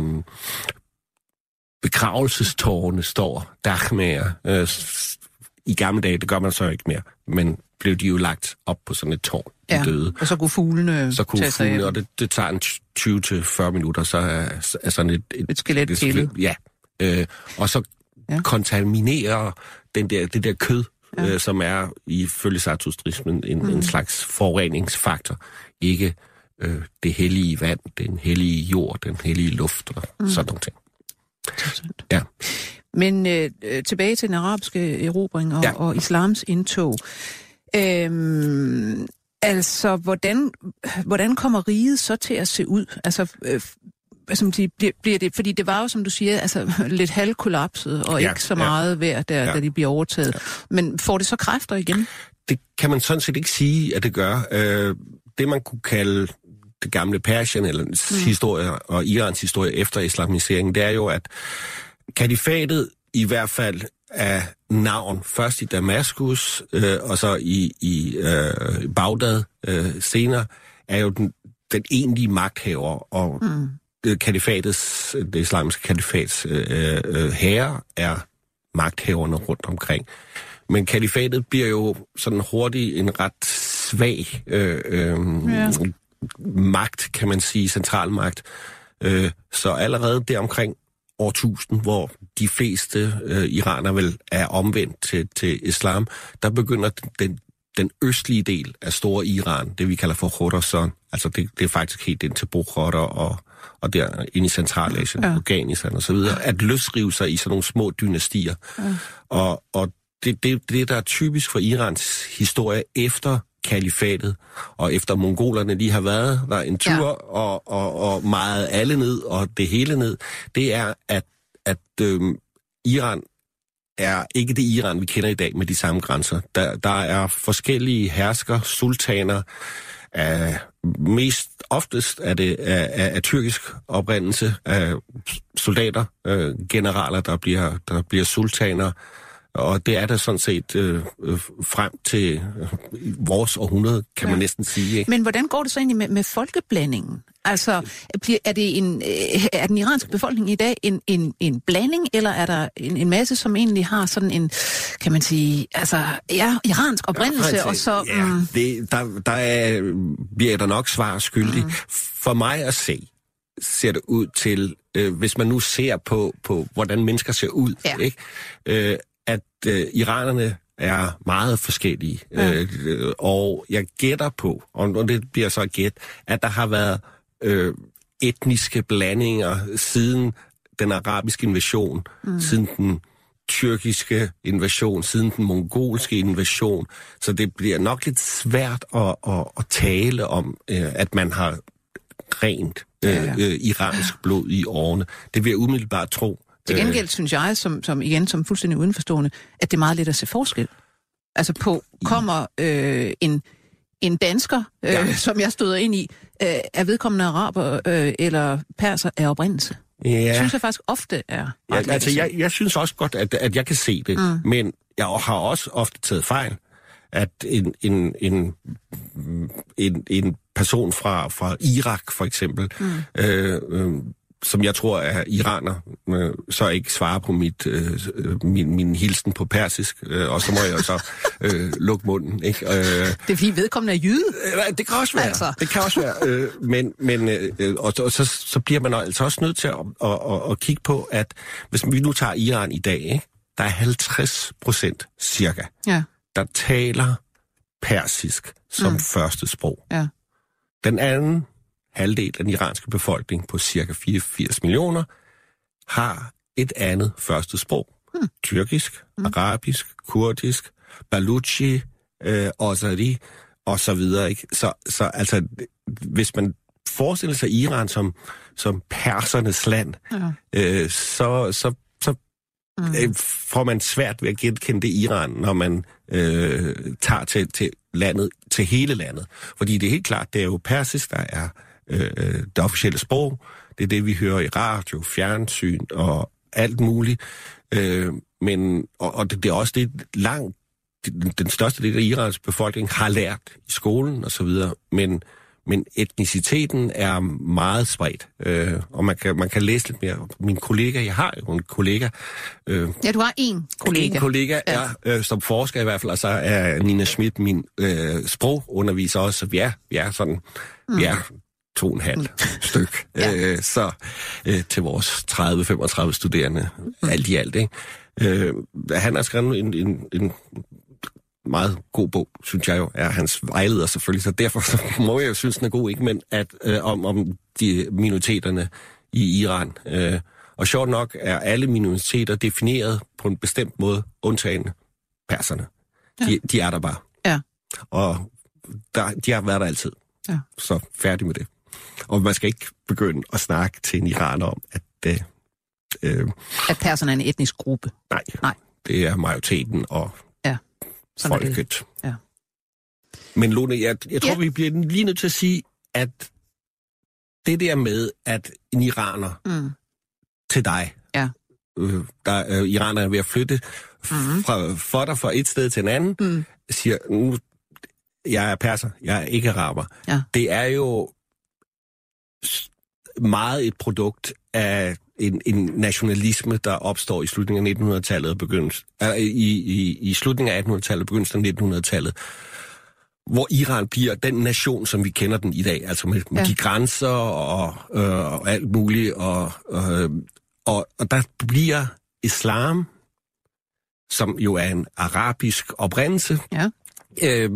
begravelsestårne står, dachmager. Øh, I gamle dage, det gør man så ikke mere, men blev de jo lagt op på sådan et tårn, de ja, døde. Og så kunne fuglene Så kunne fuglene, og det, det tager en tyve til fyrre minutter, så er, er sådan et... Et, et skelet et skelet. Ja, øh, og så ja. kontaminerer den der, det der kød, ja. øh, som er ifølge Zarathustrismen en, mm. en slags forureningsfaktor, ikke øh, det hellige vand, den hellige jord, den hellige luft og mm. sådan nogle ting. Ja. Men øh, tilbage til den arabiske erobring og, ja. og islams indtog. Øhm, altså, hvordan, hvordan kommer riget så til at se ud? Altså, øh, som de, bliver, bliver det, fordi det var jo, som du siger, altså lidt halvkollapset og ja, ikke så meget ja. værd, der, ja. da de bliver overtaget. Ja. Men får det så kræfter igen? Det kan man sådan set ikke sige, at det gør. Øh, det, man kunne kalde det gamle Persien, eller mm. historie og Irans historie efter islamiseringen, det er jo, at kalifatet i hvert fald af navn, først i Damaskus, øh, og så i, i øh, Bagdad øh, senere, er jo den, den egentlige magthaver, og mm. det, kalifatets, det islamiske kalifats øh, øh, herre er magthaverne rundt omkring. Men kalifatet bliver jo sådan hurtigt en ret svag øh, øh, ja. magt, kan man sige, centralmagt. Øh, så allerede deromkring årtusind, hvor de fleste øh, iranere vel er omvendt til, til islam, der begynder den, den østlige del af store Iran, det vi kalder for Khorasan, altså det, det er faktisk helt ind til Bukhara og, og der ind i Centralasien, ja. Afghanistan og så videre, at løsrive sig i sådan nogle små dynastier. Ja. Og, og det, det, det, der er typisk for Irans historie efter kalifatet, og efter mongolerne lige har været der en tur, ja. og, og, og meget alle ned, og det hele ned, det er, at, at øhm, Iran er ikke det Iran, vi kender i dag med de samme grænser. Der, der er forskellige hersker, sultaner, af, mest oftest er det af, af, af tyrkisk oprindelse, af soldater, øh, generaler, der bliver, der bliver sultaner. Og det er der sådan set øh, frem til øh, vores århundrede, kan ja. man næsten sige. Ikke? Men hvordan går det så egentlig med, med folkeblandingen? Altså, bliver, er, det en, øh, er den iranske befolkning i dag en, en, en blanding, eller er der en, en masse, som egentlig har sådan en, kan man sige, altså, ja, iransk oprindelse, ja, og så... Ja, mm, det, der, der er, bliver der nok svar skyldig. Mm. For mig at se, ser det ud til, øh, hvis man nu ser på, på hvordan mennesker ser ud, ja. ikke? Øh, at øh, iranerne er meget forskellige, ja. øh, og jeg gætter på, og det bliver så gæt, at der har været øh, etniske blandinger siden den arabiske invasion, mm. siden den tyrkiske invasion, siden den mongolske invasion, så det bliver nok lidt svært at, at, at tale om, øh, at man har rent øh, ja, ja. Øh, iransk blod i årene. Det vil jeg umiddelbart tro. Til gengæld synes jeg, som, som igen som fuldstændig udenforstående, at det er meget let at se forskel. Altså på, kommer øh, en, en dansker, øh, ja. som jeg støder ind i, øh, er vedkommende araber øh, eller perser af oprindelse? Ja. Det synes jeg faktisk ofte er. Ja, altså jeg, jeg synes også godt, at, at jeg kan se det, mm. men jeg har også ofte taget fejl, at en, en, en, en, en person fra, fra Irak for eksempel, mm. øh, øh, som jeg tror er iraner, øh, så ikke svarer på mit, øh, min, min hilsen på persisk, øh, og så må jeg så øh, lukke munden. Ikke? Øh, det er fordi vedkommende er jyde? Øh, det kan også være. Altså. Det kan også være. Øh, men men øh, og, og så, så bliver man altså også nødt til at, at, at, at kigge på, at hvis vi nu tager Iran i dag, ikke? Der er halvtreds procent cirka, ja. der taler persisk som mm. første sprog. Ja. Den anden halvdel af den iranske befolkning på cirka fireogfirs millioner har et andet første sprog. Hmm. Tyrkisk, hmm. arabisk, kurdisk, baluchi, øh, ozari og så videre. Ikke? Så, så altså, hvis man forestille sig Iran som, som persernes land, ja. øh, så, så, så mm. øh, får man svært ved at genkende det Iran, når man øh, tager til, til landet, til hele landet. Fordi det er helt klart, det er jo persisk, der er øh, det officielle sprog. Det er det, vi hører i radio, fjernsyn og alt muligt. Øh, men, og, og det, det er også det langt, den største del af Irans befolkning har lært i skolen og så videre, men, men etniciteten er meget spredt, øh, og man kan, man kan læse lidt mere. Min kollega, jeg har jo en kollega... Øh, ja, du har en kollega. En kollega, ja. er, øh, som forsker i hvert fald, og så er Nina Schmidt min øh, sprogunderviser også, så vi er, vi er sådan... Mm. Vi er to og en halv styk, ja. øh, så øh, til vores tredive til femogtredive studerende, mm. alt i alt, ikke? Øh, han har skrevet en, en, en meget god bog, synes jeg jo, er hans vejleder selvfølgelig, så derfor så må jeg jo synes, den er god, ikke? Men at, øh, om, om de minoriteterne i Iran. Øh, og sjovt nok er alle minoriteter defineret på en bestemt måde, undtagen perserne. Ja. De, de er der bare. Ja. Og der, de har været der altid. Ja. Så færdig med det. Og man skal ikke begynde at snakke til en iraner om, at... Øh, øh, at perserne er en etnisk gruppe. Nej. Nej. Det er majoriteten og ja. folket. Ja. Men Lone, jeg, jeg tror, ja. vi bliver lige nødt til at sige, at det der med, at en iraner mm. til dig, ja. øh, der øh, iraner er ved at flytte mm. fra, for dig fra et sted til en anden, mm. siger, nu, jeg er perser, jeg er ikke araber. Ja. Det er jo meget et produkt af en, en nationalisme, der opstår i slutningen af nittenhundredetallet og begyndelsen, øh, i, i, i slutningen af attenhundredetallet og begyndelsen af nittenhundredetallet, hvor Iran bliver den nation, som vi kender den i dag, altså med, med ja. de grænser og, øh, og alt muligt, og, øh, og, og der bliver islam, som jo er en arabisk oprindelse, ja. øh,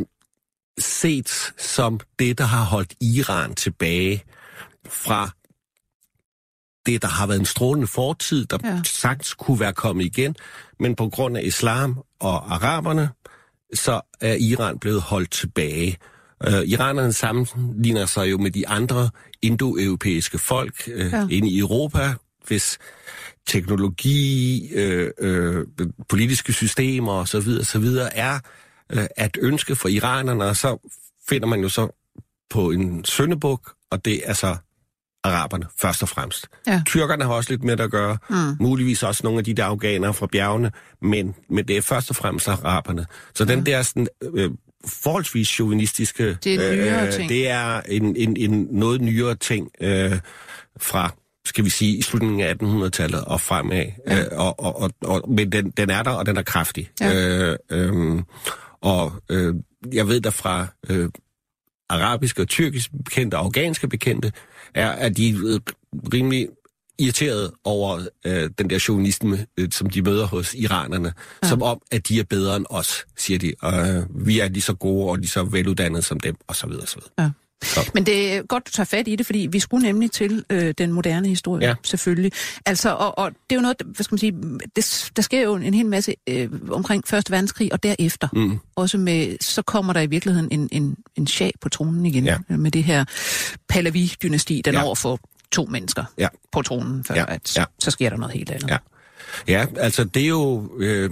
set som det, der har holdt Iran tilbage fra det, der har været en strålende fortid, der ja. sagtens kunne være kommet igen, men på grund af islam og araberne, så er Iran blevet holdt tilbage. Uh, iranerne sammenligner sig jo med de andre indoeuropæiske folk uh, ja. inde i Europa, hvis teknologi, øh, øh, politiske systemer osv. osv. er øh, at ønske for iranerne, og så finder man jo så på en syndebuk, og det er så araberne først og fremmest. Ja. Tyrkerne har også lidt med at gøre, mm. muligvis også nogle af de der afghanere fra bjergene, men, men det er først og fremmest araberne. Så den ja. der sådan, øh, forholdsvis chauvinistiske, det er, øh, ting. Det er en, en, en noget nyere ting øh, fra, skal vi sige, i slutningen af attenhundredetallet og fremad. Ja. Øh, og, og, og, og, men den, den er der, og den er kraftig. Ja. Øh, øh, og øh, jeg ved der fra øh, arabiske og tyrkiske bekendte og afghanske bekendte, er, at de er rimelig irriteret over øh, den der chauvinisme, øh, som de møder hos iranerne, ja. som om, at de er bedre end os, siger de. Og øh, vi er lige så gode og lige så veluddannede som dem, og så videre, så videre. Ja. Så. Men det er godt, du tager fat i det, fordi vi skulle nemlig til øh, den moderne historie, ja. selvfølgelig. Altså, og, og det er jo noget, hvad skal man sige, det, der sker jo en hel masse øh, omkring første verdenskrig og derefter. Mm. Også med, så kommer der i virkeligheden en, en, en shah på tronen igen, ja. med det her Pahlavi-dynasti, den ja. over for to mennesker ja. på tronen, før ja. at ja. så sker der noget helt andet. Ja, ja altså det er jo... Øh...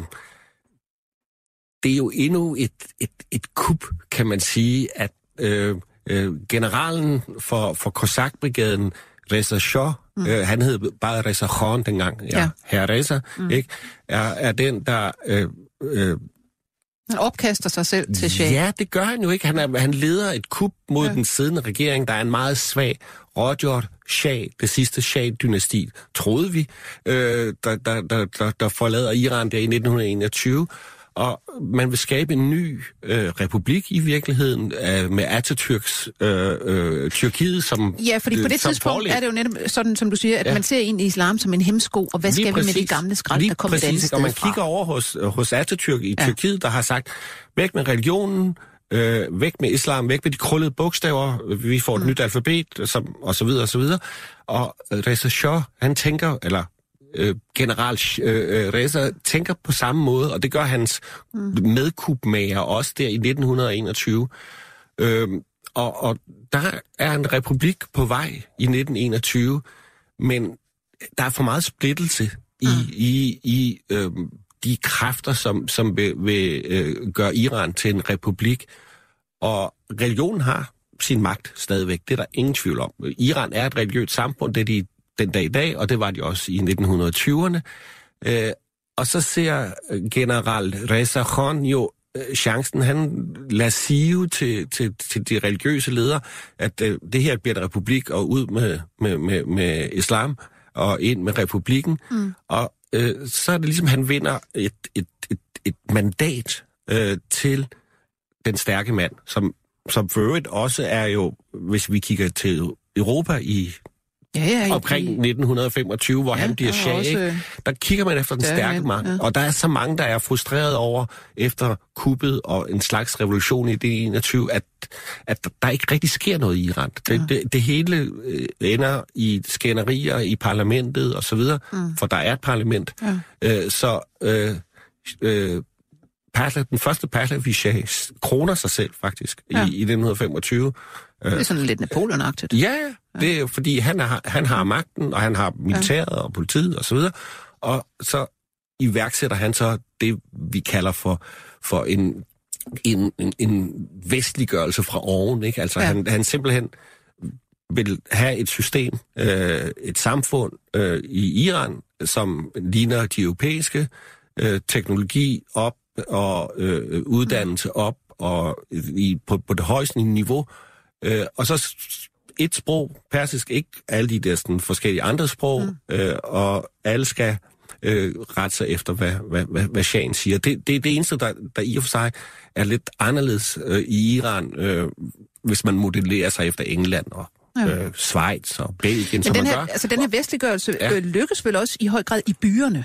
Det er jo endnu et, et, et kup, kan man sige, at øh, øh, generalen for, for Kosakbrigaden, Reza Shah, mm. øh, han hed bare Reza Khan dengang, ja, ja. herre Reza, mm. ikke, er, er den, der... Øh, øh, han opkaster sig selv til Shah. Ja, det gør han jo ikke. Han, er, han leder et kup mod ja. den siddende regering, der er en meget svag rådgjort Shah, det sidste Shah-dynasti, troede vi, øh, der, der, der, der, der forlader Iran der i nitten enogtyve. Og man vil skabe en ny øh, republik i virkeligheden øh, med Atatürks øh, øh, Tyrkiet som ja, fordi på det øh, tidspunkt forlæg. Er det jo netop sådan, som du siger, at ja. man ser ind i islam som en hemsko, og hvad lige skal præcis, vi med det gamle skrald, der kommer et andet sted fra? Og man kigger over hos, hos Atatürk i ja. Tyrkiet, der har sagt, væk med religionen, øh, væk med islam, væk med de krøllede bogstaver, vi får et mm. nyt alfabet, som, og så videre, og så videre. Og Reza Shah, han tænker, eller... Øh, general øh, Reza tænker på samme måde, og det gør hans mm. medkupmager også der i nitten enogtyve. Øh, og, og der er en republik på vej i nitten enogtyve, men der er for meget splittelse i, mm. i, i øh, de kræfter, som, som vil, vil øh, gøre Iran til en republik. Og religionen har sin magt stadigvæk, det er der ingen tvivl om. Iran er et religiøst samfund, det er de den dag i dag, og det var de også i nitten tyverne. Øh, og så ser general Reza Khan jo øh, chancen, han lader sige til, til, til de religiøse ledere, at øh, det her bliver en republik, og ud med, med, med, med islam, og ind med republikken. Mm. Og øh, så er det ligesom, han vinder et, et, et, et mandat øh, til den stærke mand, som, som for øvrigt også er jo, hvis vi kigger til Europa i ja, ja, omkring i, nitten femogtyve, hvor ja, han bliver shah, også, der kigger man efter den stærke mand. Ja. Og der er så mange, der er frustreret over, efter kuppet og en slags revolution i det enogtyve, at, at der ikke rigtig sker noget i Iran. Det, ja. det, det hele øh, ender i skænderier i parlamentet og så videre, mm. for der er et parlament. Ja. Øh, så øh, øh, Pahlavi, den første Pahlavi-shah kroner sig selv faktisk ja. i, i nitten femogtyve. Det er sådan lidt Napoleon-agtigt. Ja, ja, det er fordi, han har, han har magten, og han har militæret ja. og politiet og så videre. Og så iværksætter han så det, vi kalder for, for en, en, en, en vestliggørelse fra oven. Ikke? Altså ja. han, han simpelthen vil have et system, øh, et samfund øh, i Iran, som ligner de europæiske, øh, teknologi op og øh, uddannelse op og i, på, på det højeste niveau. Øh, og så et sprog, persisk, ikke alle de der sådan, forskellige andre sprog, mm. øh, og alle skal øh, rette sig efter, hvad, hvad, hvad, hvad shahen siger. Det, det er det eneste, der, der i og for sig er lidt anderledes øh, i Iran, øh, hvis man modellerer sig efter England og ja. øh, Schweiz og Belgien, som den man her, gør. Altså den her vestliggørelse ja. øh, lykkes vel også i høj grad i byerne?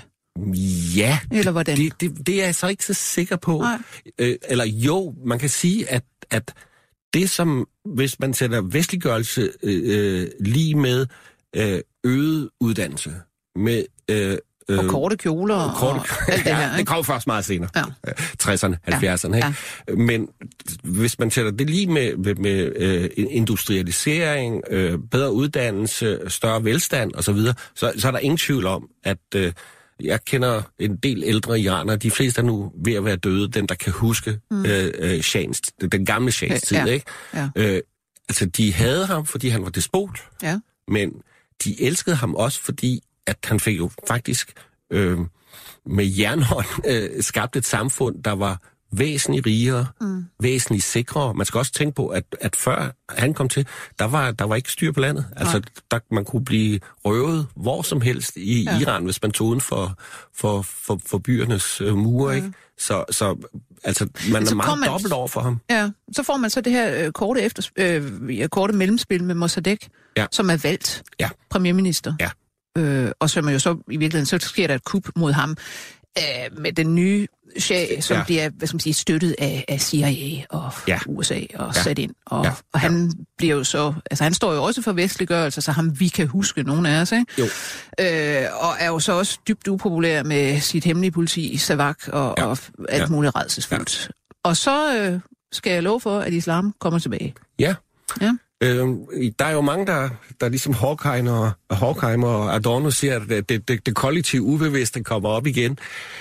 Ja, eller hvordan? Det, det, det er jeg så ikke så sikker på. Øh, eller jo, man kan sige, at, at det som, hvis man sætter vestliggørelse øh, lige med øh, øget uddannelse, med øh, og korte kjoler og, korte, og alt det ja, her, ikke? det kommer først meget senere. Ja. tresserne, halvfjerdserne. Ja. Ikke? Men hvis man sætter det lige med, med, med øh, industrialisering, øh, bedre uddannelse, større velstand osv., så, så er der ingen tvivl om, at øh, jeg kender en del ældre iranere, de fleste er nu ved at være døde, den der kan huske mm. øh, øh, Shahens, den gamle Shahens tid, ja. ikke? Ja. Øh, altså, de havde ham, fordi han var despot, ja. men de elskede ham også, fordi at han fik jo faktisk øh, med jernhånd øh, skabt et samfund, der var væsentligt rigere, mm. væsentligt sikrere. Man skal også tænke på, at, at før han kom til, der var, der var ikke styr på landet. Altså, der, man kunne blive røvet hvor som helst i ja. Iran, hvis man tog uden for, for, for, for byernes øh, mure, ja. ikke? Så, så altså, man så er meget man, dobbelt over for ham. Ja, så får man så det her øh, korte, efter, øh, korte mellemspil med Mossadegh, ja. som er valgt ja. premierminister. Ja. Øh, og som jo så i virkeligheden, så sker der et kup mod ham øh, med den nye shah, som ja. bliver, hvad skal man sige, støttet af, af C I A og ja. U S A og ja. sat ind. Og, ja. og han bliver jo så, altså han står jo også for vestliggørelse, så ham vi kan huske, nogen af os, ikke? Jo. Øh, og er jo så også dybt upopulær med sit hemmelige politi, Savak og, ja. og alt ja. muligt rædselsfuldt. Ja. Og så øh, skal jeg love for, at islam kommer tilbage. Ja. Ja. Øh, der er jo mange, der, der ligesom Horkheimer og, Horkheimer og Adorno siger, at det, det, det kollektive ubevidste kommer op igen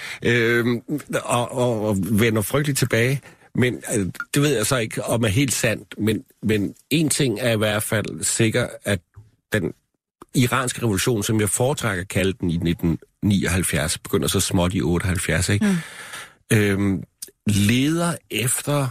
øh, og, og, og vender frygteligt tilbage. Men øh, det ved jeg så ikke, om er helt sandt. Men, men en ting er i hvert fald sikker, at den iranske revolution, som jeg foretrækker at kalde den i nitten nioghalvfjerds, begynder så småt i otteoghalvfjerds, ikke? Mm. Øh, leder efter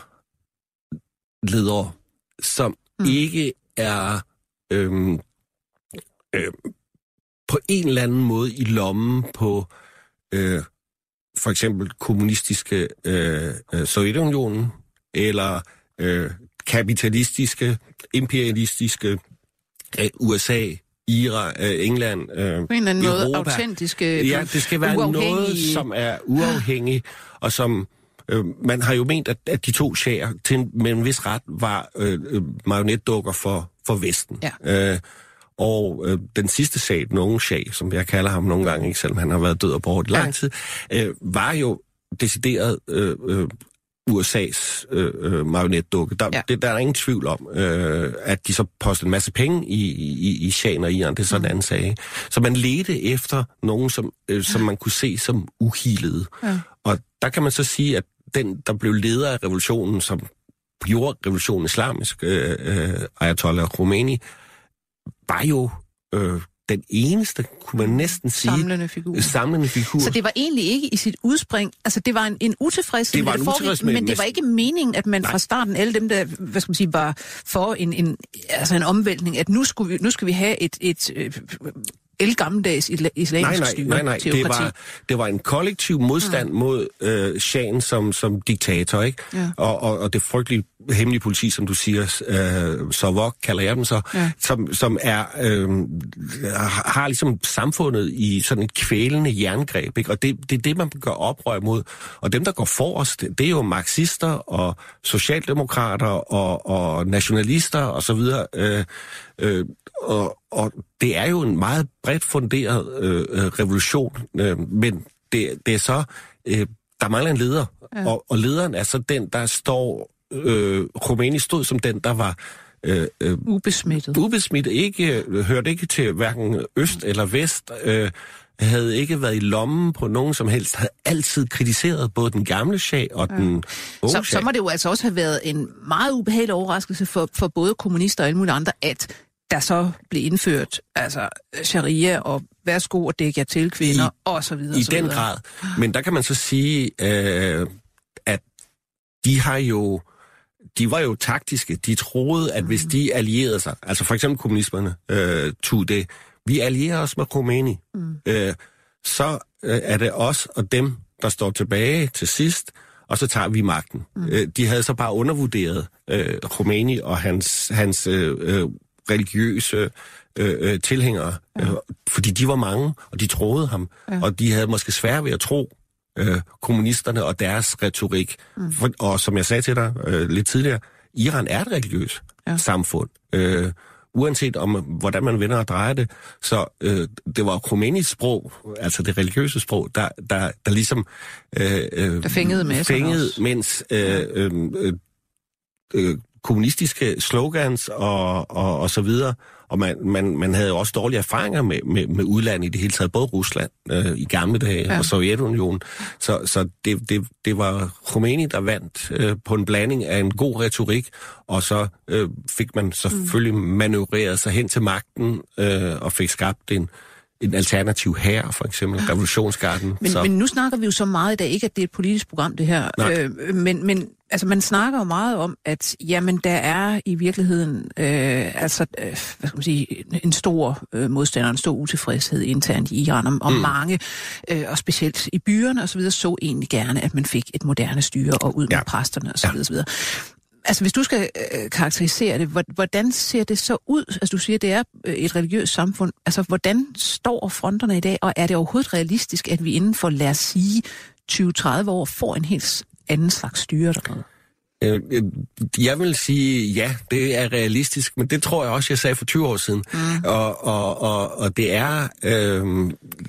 ledere, som Mm. ikke er øhm, øh, på en eller anden måde i lommen på øh, for eksempel kommunistiske øh, øh, Sovjetunionen eller øh, kapitalistiske, imperialistiske øh, U S A, Iran, øh, England, øh, på en eller anden Europa. måde autentiske, ja, det skal være noget, som er uafhængig og som Øh, man har jo ment, at, at de to shaher til en, med en vis ret var øh, marionetdukker for, for Vesten. Ja. Øh, og øh, den sidste shah, den unge shah, som jeg kalder ham nogle gange, ikke, selvom han har været død og bort i lang tid, øh, var jo decideret øh, øh, U S A's øh, øh, marionetdukke. Der, ja. det, der er ingen tvivl om, øh, at de så postede en masse penge i, i, i Shahen og Iran. Det er sådan en mm. anden sag. Så man ledte efter nogen, som, øh, som man kunne se som uhilede. Ja. Og der kan man så sige, at den, der blev leder af revolutionen, som gjorde revolutionen islamisk, øh, øh, Ayatollah Khomeini, var jo øh, den eneste, kunne man næsten sige, samlende figur. samlende figur. Så det var egentlig ikke i sit udspring, altså det var en, en utilfredshed, det var det en foregik, utilfredshed, men det var ikke meningen, at man Nej. fra starten, alle dem, der, hvad skal man sige, var for en, en, altså en omvæltning, at nu skulle vi, nu skal vi have et, et, et elgammeldags islamisk nej, nej, styre. Nej, nej, det var, det var en kollektiv modstand mm. mod øh, Shahen som, som diktator, ikke? Ja. Og, og, og det frygtelige hemmelige politi, som du siger, øh, Savok kalder jeg dem så, ja. som, som er, øh, har ligesom samfundet i sådan et kvælende jerngreb, ikke? Og det, det er det, man gør oprør mod. Og dem, der går forrest, det, det er jo marxister og socialdemokrater og, og nationalister og så videre. Øh, øh, og, og det er jo en meget bredt funderet øh, revolution, øh, men det, det er så, øh, der mangler en leder, ja. og, og lederen er så den, der står, øh, Khomeini stod som den, der var øh, øh, ubesmittet. Ubesmittet, ikke, øh, hørte ikke til hverken øst eller vest, øh, havde ikke været i lommen på nogen som helst, havde altid kritiseret både den gamle shah og ja. den unge så, så må det jo altså også have været en meget ubehagelig overraskelse for, for både kommunister og alle mulige andre, at der så blev indført altså sharia og værsgo og dække jer til kvinder, I, og så videre. I så den videre. grad. Men der kan man så sige, øh, at de har jo, de var jo taktiske. De troede, at hvis de allierede sig, altså for eksempel kommunisterne, øh, tog det, vi allierer os med Khomeini, mm. øh, så øh, er det os og dem, der står tilbage til sidst, og så tager vi magten. Mm. Øh, de havde så bare undervurderet øh, Khomeini og hans, hans øh, øh, religiøse øh, tilhængere, ja. øh, fordi de var mange, og de troede ham, ja. og de havde måske svært ved at tro øh, kommunisterne og deres retorik. Mm. For, og som jeg sagde til dig øh, lidt tidligere, Iran er et religiøst ja. samfund. Øh, uanset om, hvordan man vender og drejer det, så øh, det var Khomeinis sprog, altså det religiøse sprog, der, der, der ligesom øh, øh, der fængede, med fængede mens øh, øh, øh, øh, kommunistiske slogans og, og, og så videre, og man, man, man havde jo også dårlige erfaringer med, med, med udlandet i det hele taget, både Rusland øh, i gamle dage ja. og Sovjetunionen, så, så det, det, det var Khomeini, der vandt øh, på en blanding af en god retorik, og så øh, fik man selvfølgelig mm. manøvreret sig hen til magten øh, og fik skabt en en alternativ hær, for eksempel revolutionsgarden. Men, men nu snakker vi jo så meget i dag, ikke at det er et politisk program, det her, øh, men, men altså, man snakker jo meget om, at jamen, der er i virkeligheden øh, altså, øh, hvad skal man sige, en stor øh, modstander, en stor utilfredshed internt i Iran, om, om mm. mange, øh, og specielt i byerne og så videre, så egentlig gerne, at man fik et moderne styre og ud med ja. præsterne og så videre, ja. så videre. Altså, hvis du skal øh, karakterisere det, hvordan ser det så ud? Altså, du siger, det er et religiøst samfund. Altså, hvordan står fronterne i dag, og er det overhovedet realistisk, at vi inden for, lad os sige, tyve til tredive år får en helt anden slags styre dernede? Øh, jeg vil sige, ja, det er realistisk, men det tror jeg også, jeg sagde for tyve år siden. Mm. Og, og, og, og det er øh,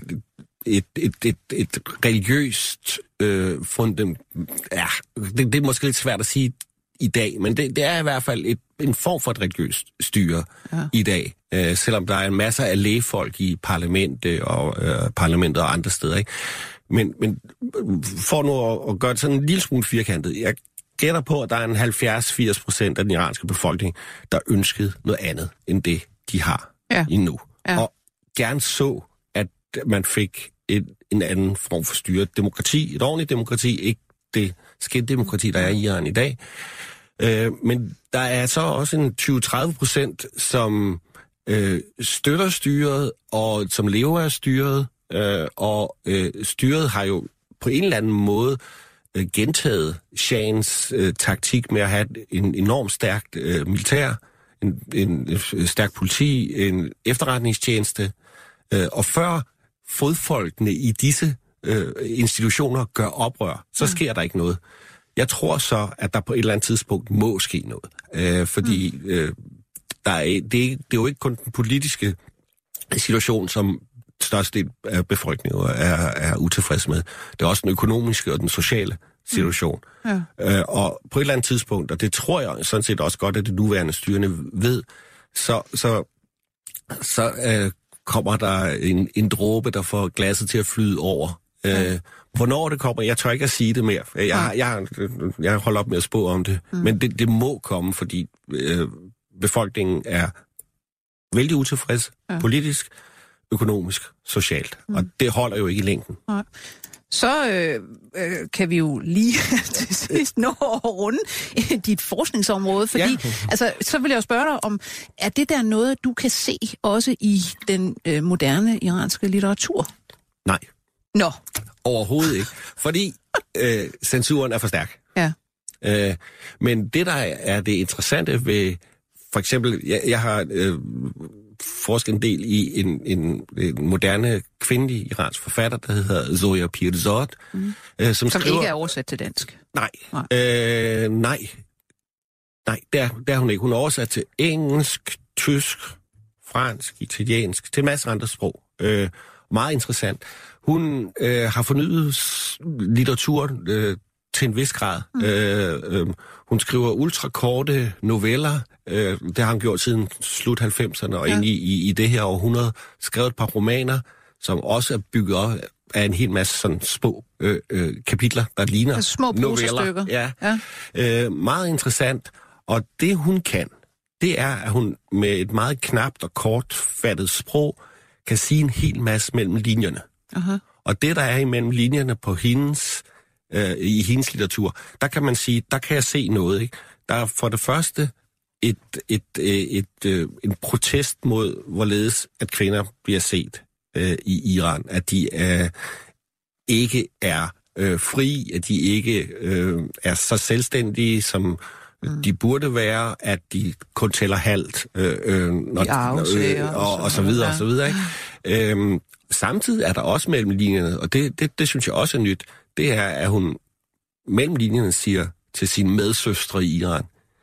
et, et, et, et religiøst øh, fundament. Ja, det, det er måske lidt svært at sige i dag, men det, det er i hvert fald et, en form for et religiøst styre ja. i dag, øh, selvom der er en masse af lægefolk i parlamentet og øh, parlamentet og andre steder, ikke? Men, men for nu at, at gøre det sådan en lille smule firkantet, jeg gætter på, at der er en halvfjerds til firs procent af den iranske befolkning, der ønskede noget andet end det, de har ja. endnu. Ja. Og gerne så, at man fik et, en anden form for styre. Demokrati, et ordentligt demokrati, ikke det skindemokrati, der er i Iran i dag. Øh, men der er så også en tyve til tredive procent, som øh, støtter styret, og som lever af styret, øh, og øh, styret har jo på en eller anden måde øh, gentaget Shahens øh, taktik med at have en enormt stærkt øh, militær, en, en øh, stærk politi, en efterretningstjeneste, øh, og før fodfolkene i disse øh, institutioner gør oprør, så sker der ikke noget. Jeg tror så, at der på et eller andet tidspunkt må ske noget. Øh, fordi øh, der er, det, er, det er jo ikke kun den politiske situation, som største del af befolkningen er, er utilfreds med. Det er også den økonomiske og den sociale situation. Mm. Ja. Øh, og på et eller andet tidspunkt, og det tror jeg sådan set også godt, at det nuværende styrende ved, så, så, så øh, kommer der en, en dråbe, der får glasset til at flyde over. Øh, mm. Hvornår det kommer, jeg tør ikke at sige det mere. Jeg, jeg, jeg, jeg holder op med at spå om det, mm. men det, det må komme, fordi øh, befolkningen er vældig utilfreds, ja. Politisk, økonomisk, socialt. Mm. Og det holder jo ikke i længden. Nej. Så øh, øh, kan vi jo lige til sidst nå at runde dit forskningsområde, fordi ja. altså, så vil jeg jo spørge dig om, er det der noget, du kan se også i den øh, moderne iranske litteratur? Nej. Nå. Overhovedet ikke. Fordi øh, censuren er for stærk. Ja. Øh, men det, der er det interessante ved, for eksempel, jeg, jeg har øh, forsket en del i en, en, en moderne kvindelig iransk forfatter, der hedder Zoya Pirzad, mm. øh, som, som skriver... ikke er oversat til dansk. Nej. Nej. Øh, nej. Nej, det er, det er hun ikke. Hun er oversat til engelsk, tysk, fransk, italiensk, til masser af andre sprog. Øh, meget interessant. Hun øh, har fornyet litteratur øh, til en vis grad. Mm. Øh, øh, hun skriver ultrakorte noveller. Øh, det har hun gjort siden slut halvfemserne og ja. ind i, i, i det her århundrede. Skrevet et par romaner, som også er bygget op af en hel masse sådan små øh, øh, kapitler, der ligner altså små noveller. Ja. Ja. Øh, meget interessant. Og det hun kan, det er, at hun med et meget knapt og kortfattet sprog kan sige en hel masse mellem linjerne. Uh-huh. Og det, der er imellem linjerne på hendes, øh, i hendes litteratur, der kan man sige, der kan jeg se noget. Ikke? Der er for det første et, et, et, et, et, en protest mod, hvorledes at kvinder bliver set øh, i Iran. At de øh, ikke er øh, fri, at de ikke øh, er så selvstændige, som mm. de burde være, at de kun tæller halvt, øh, øh, når, de afsager, øh, og, og så videre, ja. og så videre. Ikke? Øhm, samtidig er der også mellem linjerne, og det, det, det synes jeg også er nyt, det er, at hun mellem linjerne siger til sine medsøstre i Iran,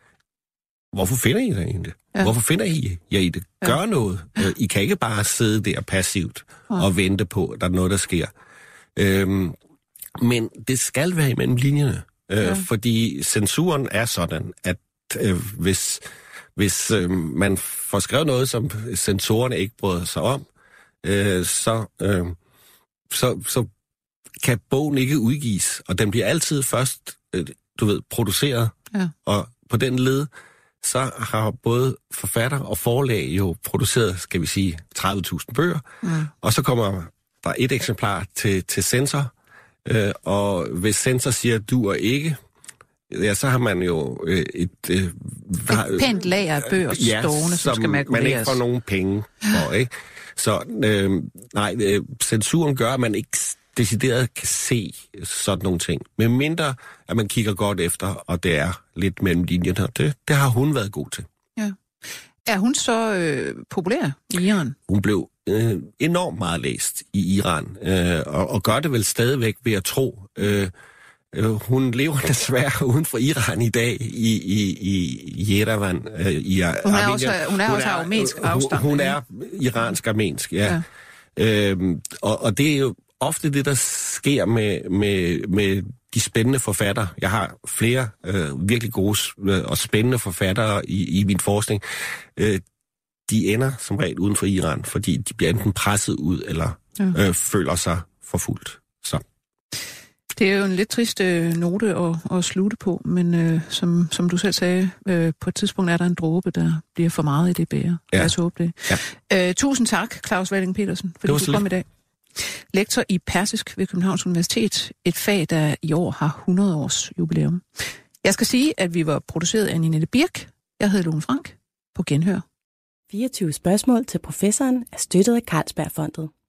hvorfor finder I det egentlig? Ja. Hvorfor finder I jer i det? Gør ja. noget. I kan ikke bare sidde der passivt ja. og vente på, at der er noget, der sker. Øhm, men det skal være imellem linjerne. Ja. Øh, fordi censuren er sådan, at øh, hvis, hvis øh, man får skrevet noget, som censorerne ikke bryder sig om, øh, så, øh, så, så kan bogen ikke udgives, og den bliver altid først, øh, du ved, produceret, ja. og på den led, så har både forfatter og forlag jo produceret, skal vi sige, tredive tusind bøger, mm. og så kommer der et eksemplar til, til censor, øh, og hvis censor siger, du og ikke, ja, så har man jo øh, et... Øh, et pænt lager af bøger ja, stående, som skal makuleres. Man ikke får nogen penge for, ikke? Så øh, nej, øh, censuren gør, at man ikke decideret kan se sådan nogle ting. Men mindre, at man kigger godt efter, og det er lidt mellem linjerne. Det, det har hun været god til. Ja. Er hun så øh, populær i Iran? Hun blev øh, enormt meget læst i Iran, øh, og, og gør det vel stadigvæk ved at tro. Øh, øh, hun lever desværre uden for Iran i dag, i, i, i Yerevan. Øh, i hun er Armenien. også, hun er hun også er, armensk afstand. Hun, hun er iransk-armensk, ja. ja. Øh, og, og det er jo ofte det, der sker med, med, med de spændende forfattere. Jeg har flere øh, virkelig gode øh, og spændende forfattere i, i min forskning. Øh, de ender som regel uden for Iran, fordi de bliver enten presset ud, eller ja. øh, føler sig forfulgt. Så. Det er jo en lidt trist øh, note at, at slutte på, men øh, som, som du selv sagde, øh, på et tidspunkt er der en dråbe, der bliver for meget i det bæger. Ja. Lad os håbe det. Ja. Øh, tusind tak, Claus Walling Petersen, fordi du kom i dag. Lektor i persisk ved Københavns Universitet, et fag, der i år har hundrede års jubilæum. Jeg skal sige, at vi var produceret af Ninette Birk. Jeg hedder Lone Frank. På genhør. fireogtyve spørgsmål til professoren er støttet af Carlsbergfondet.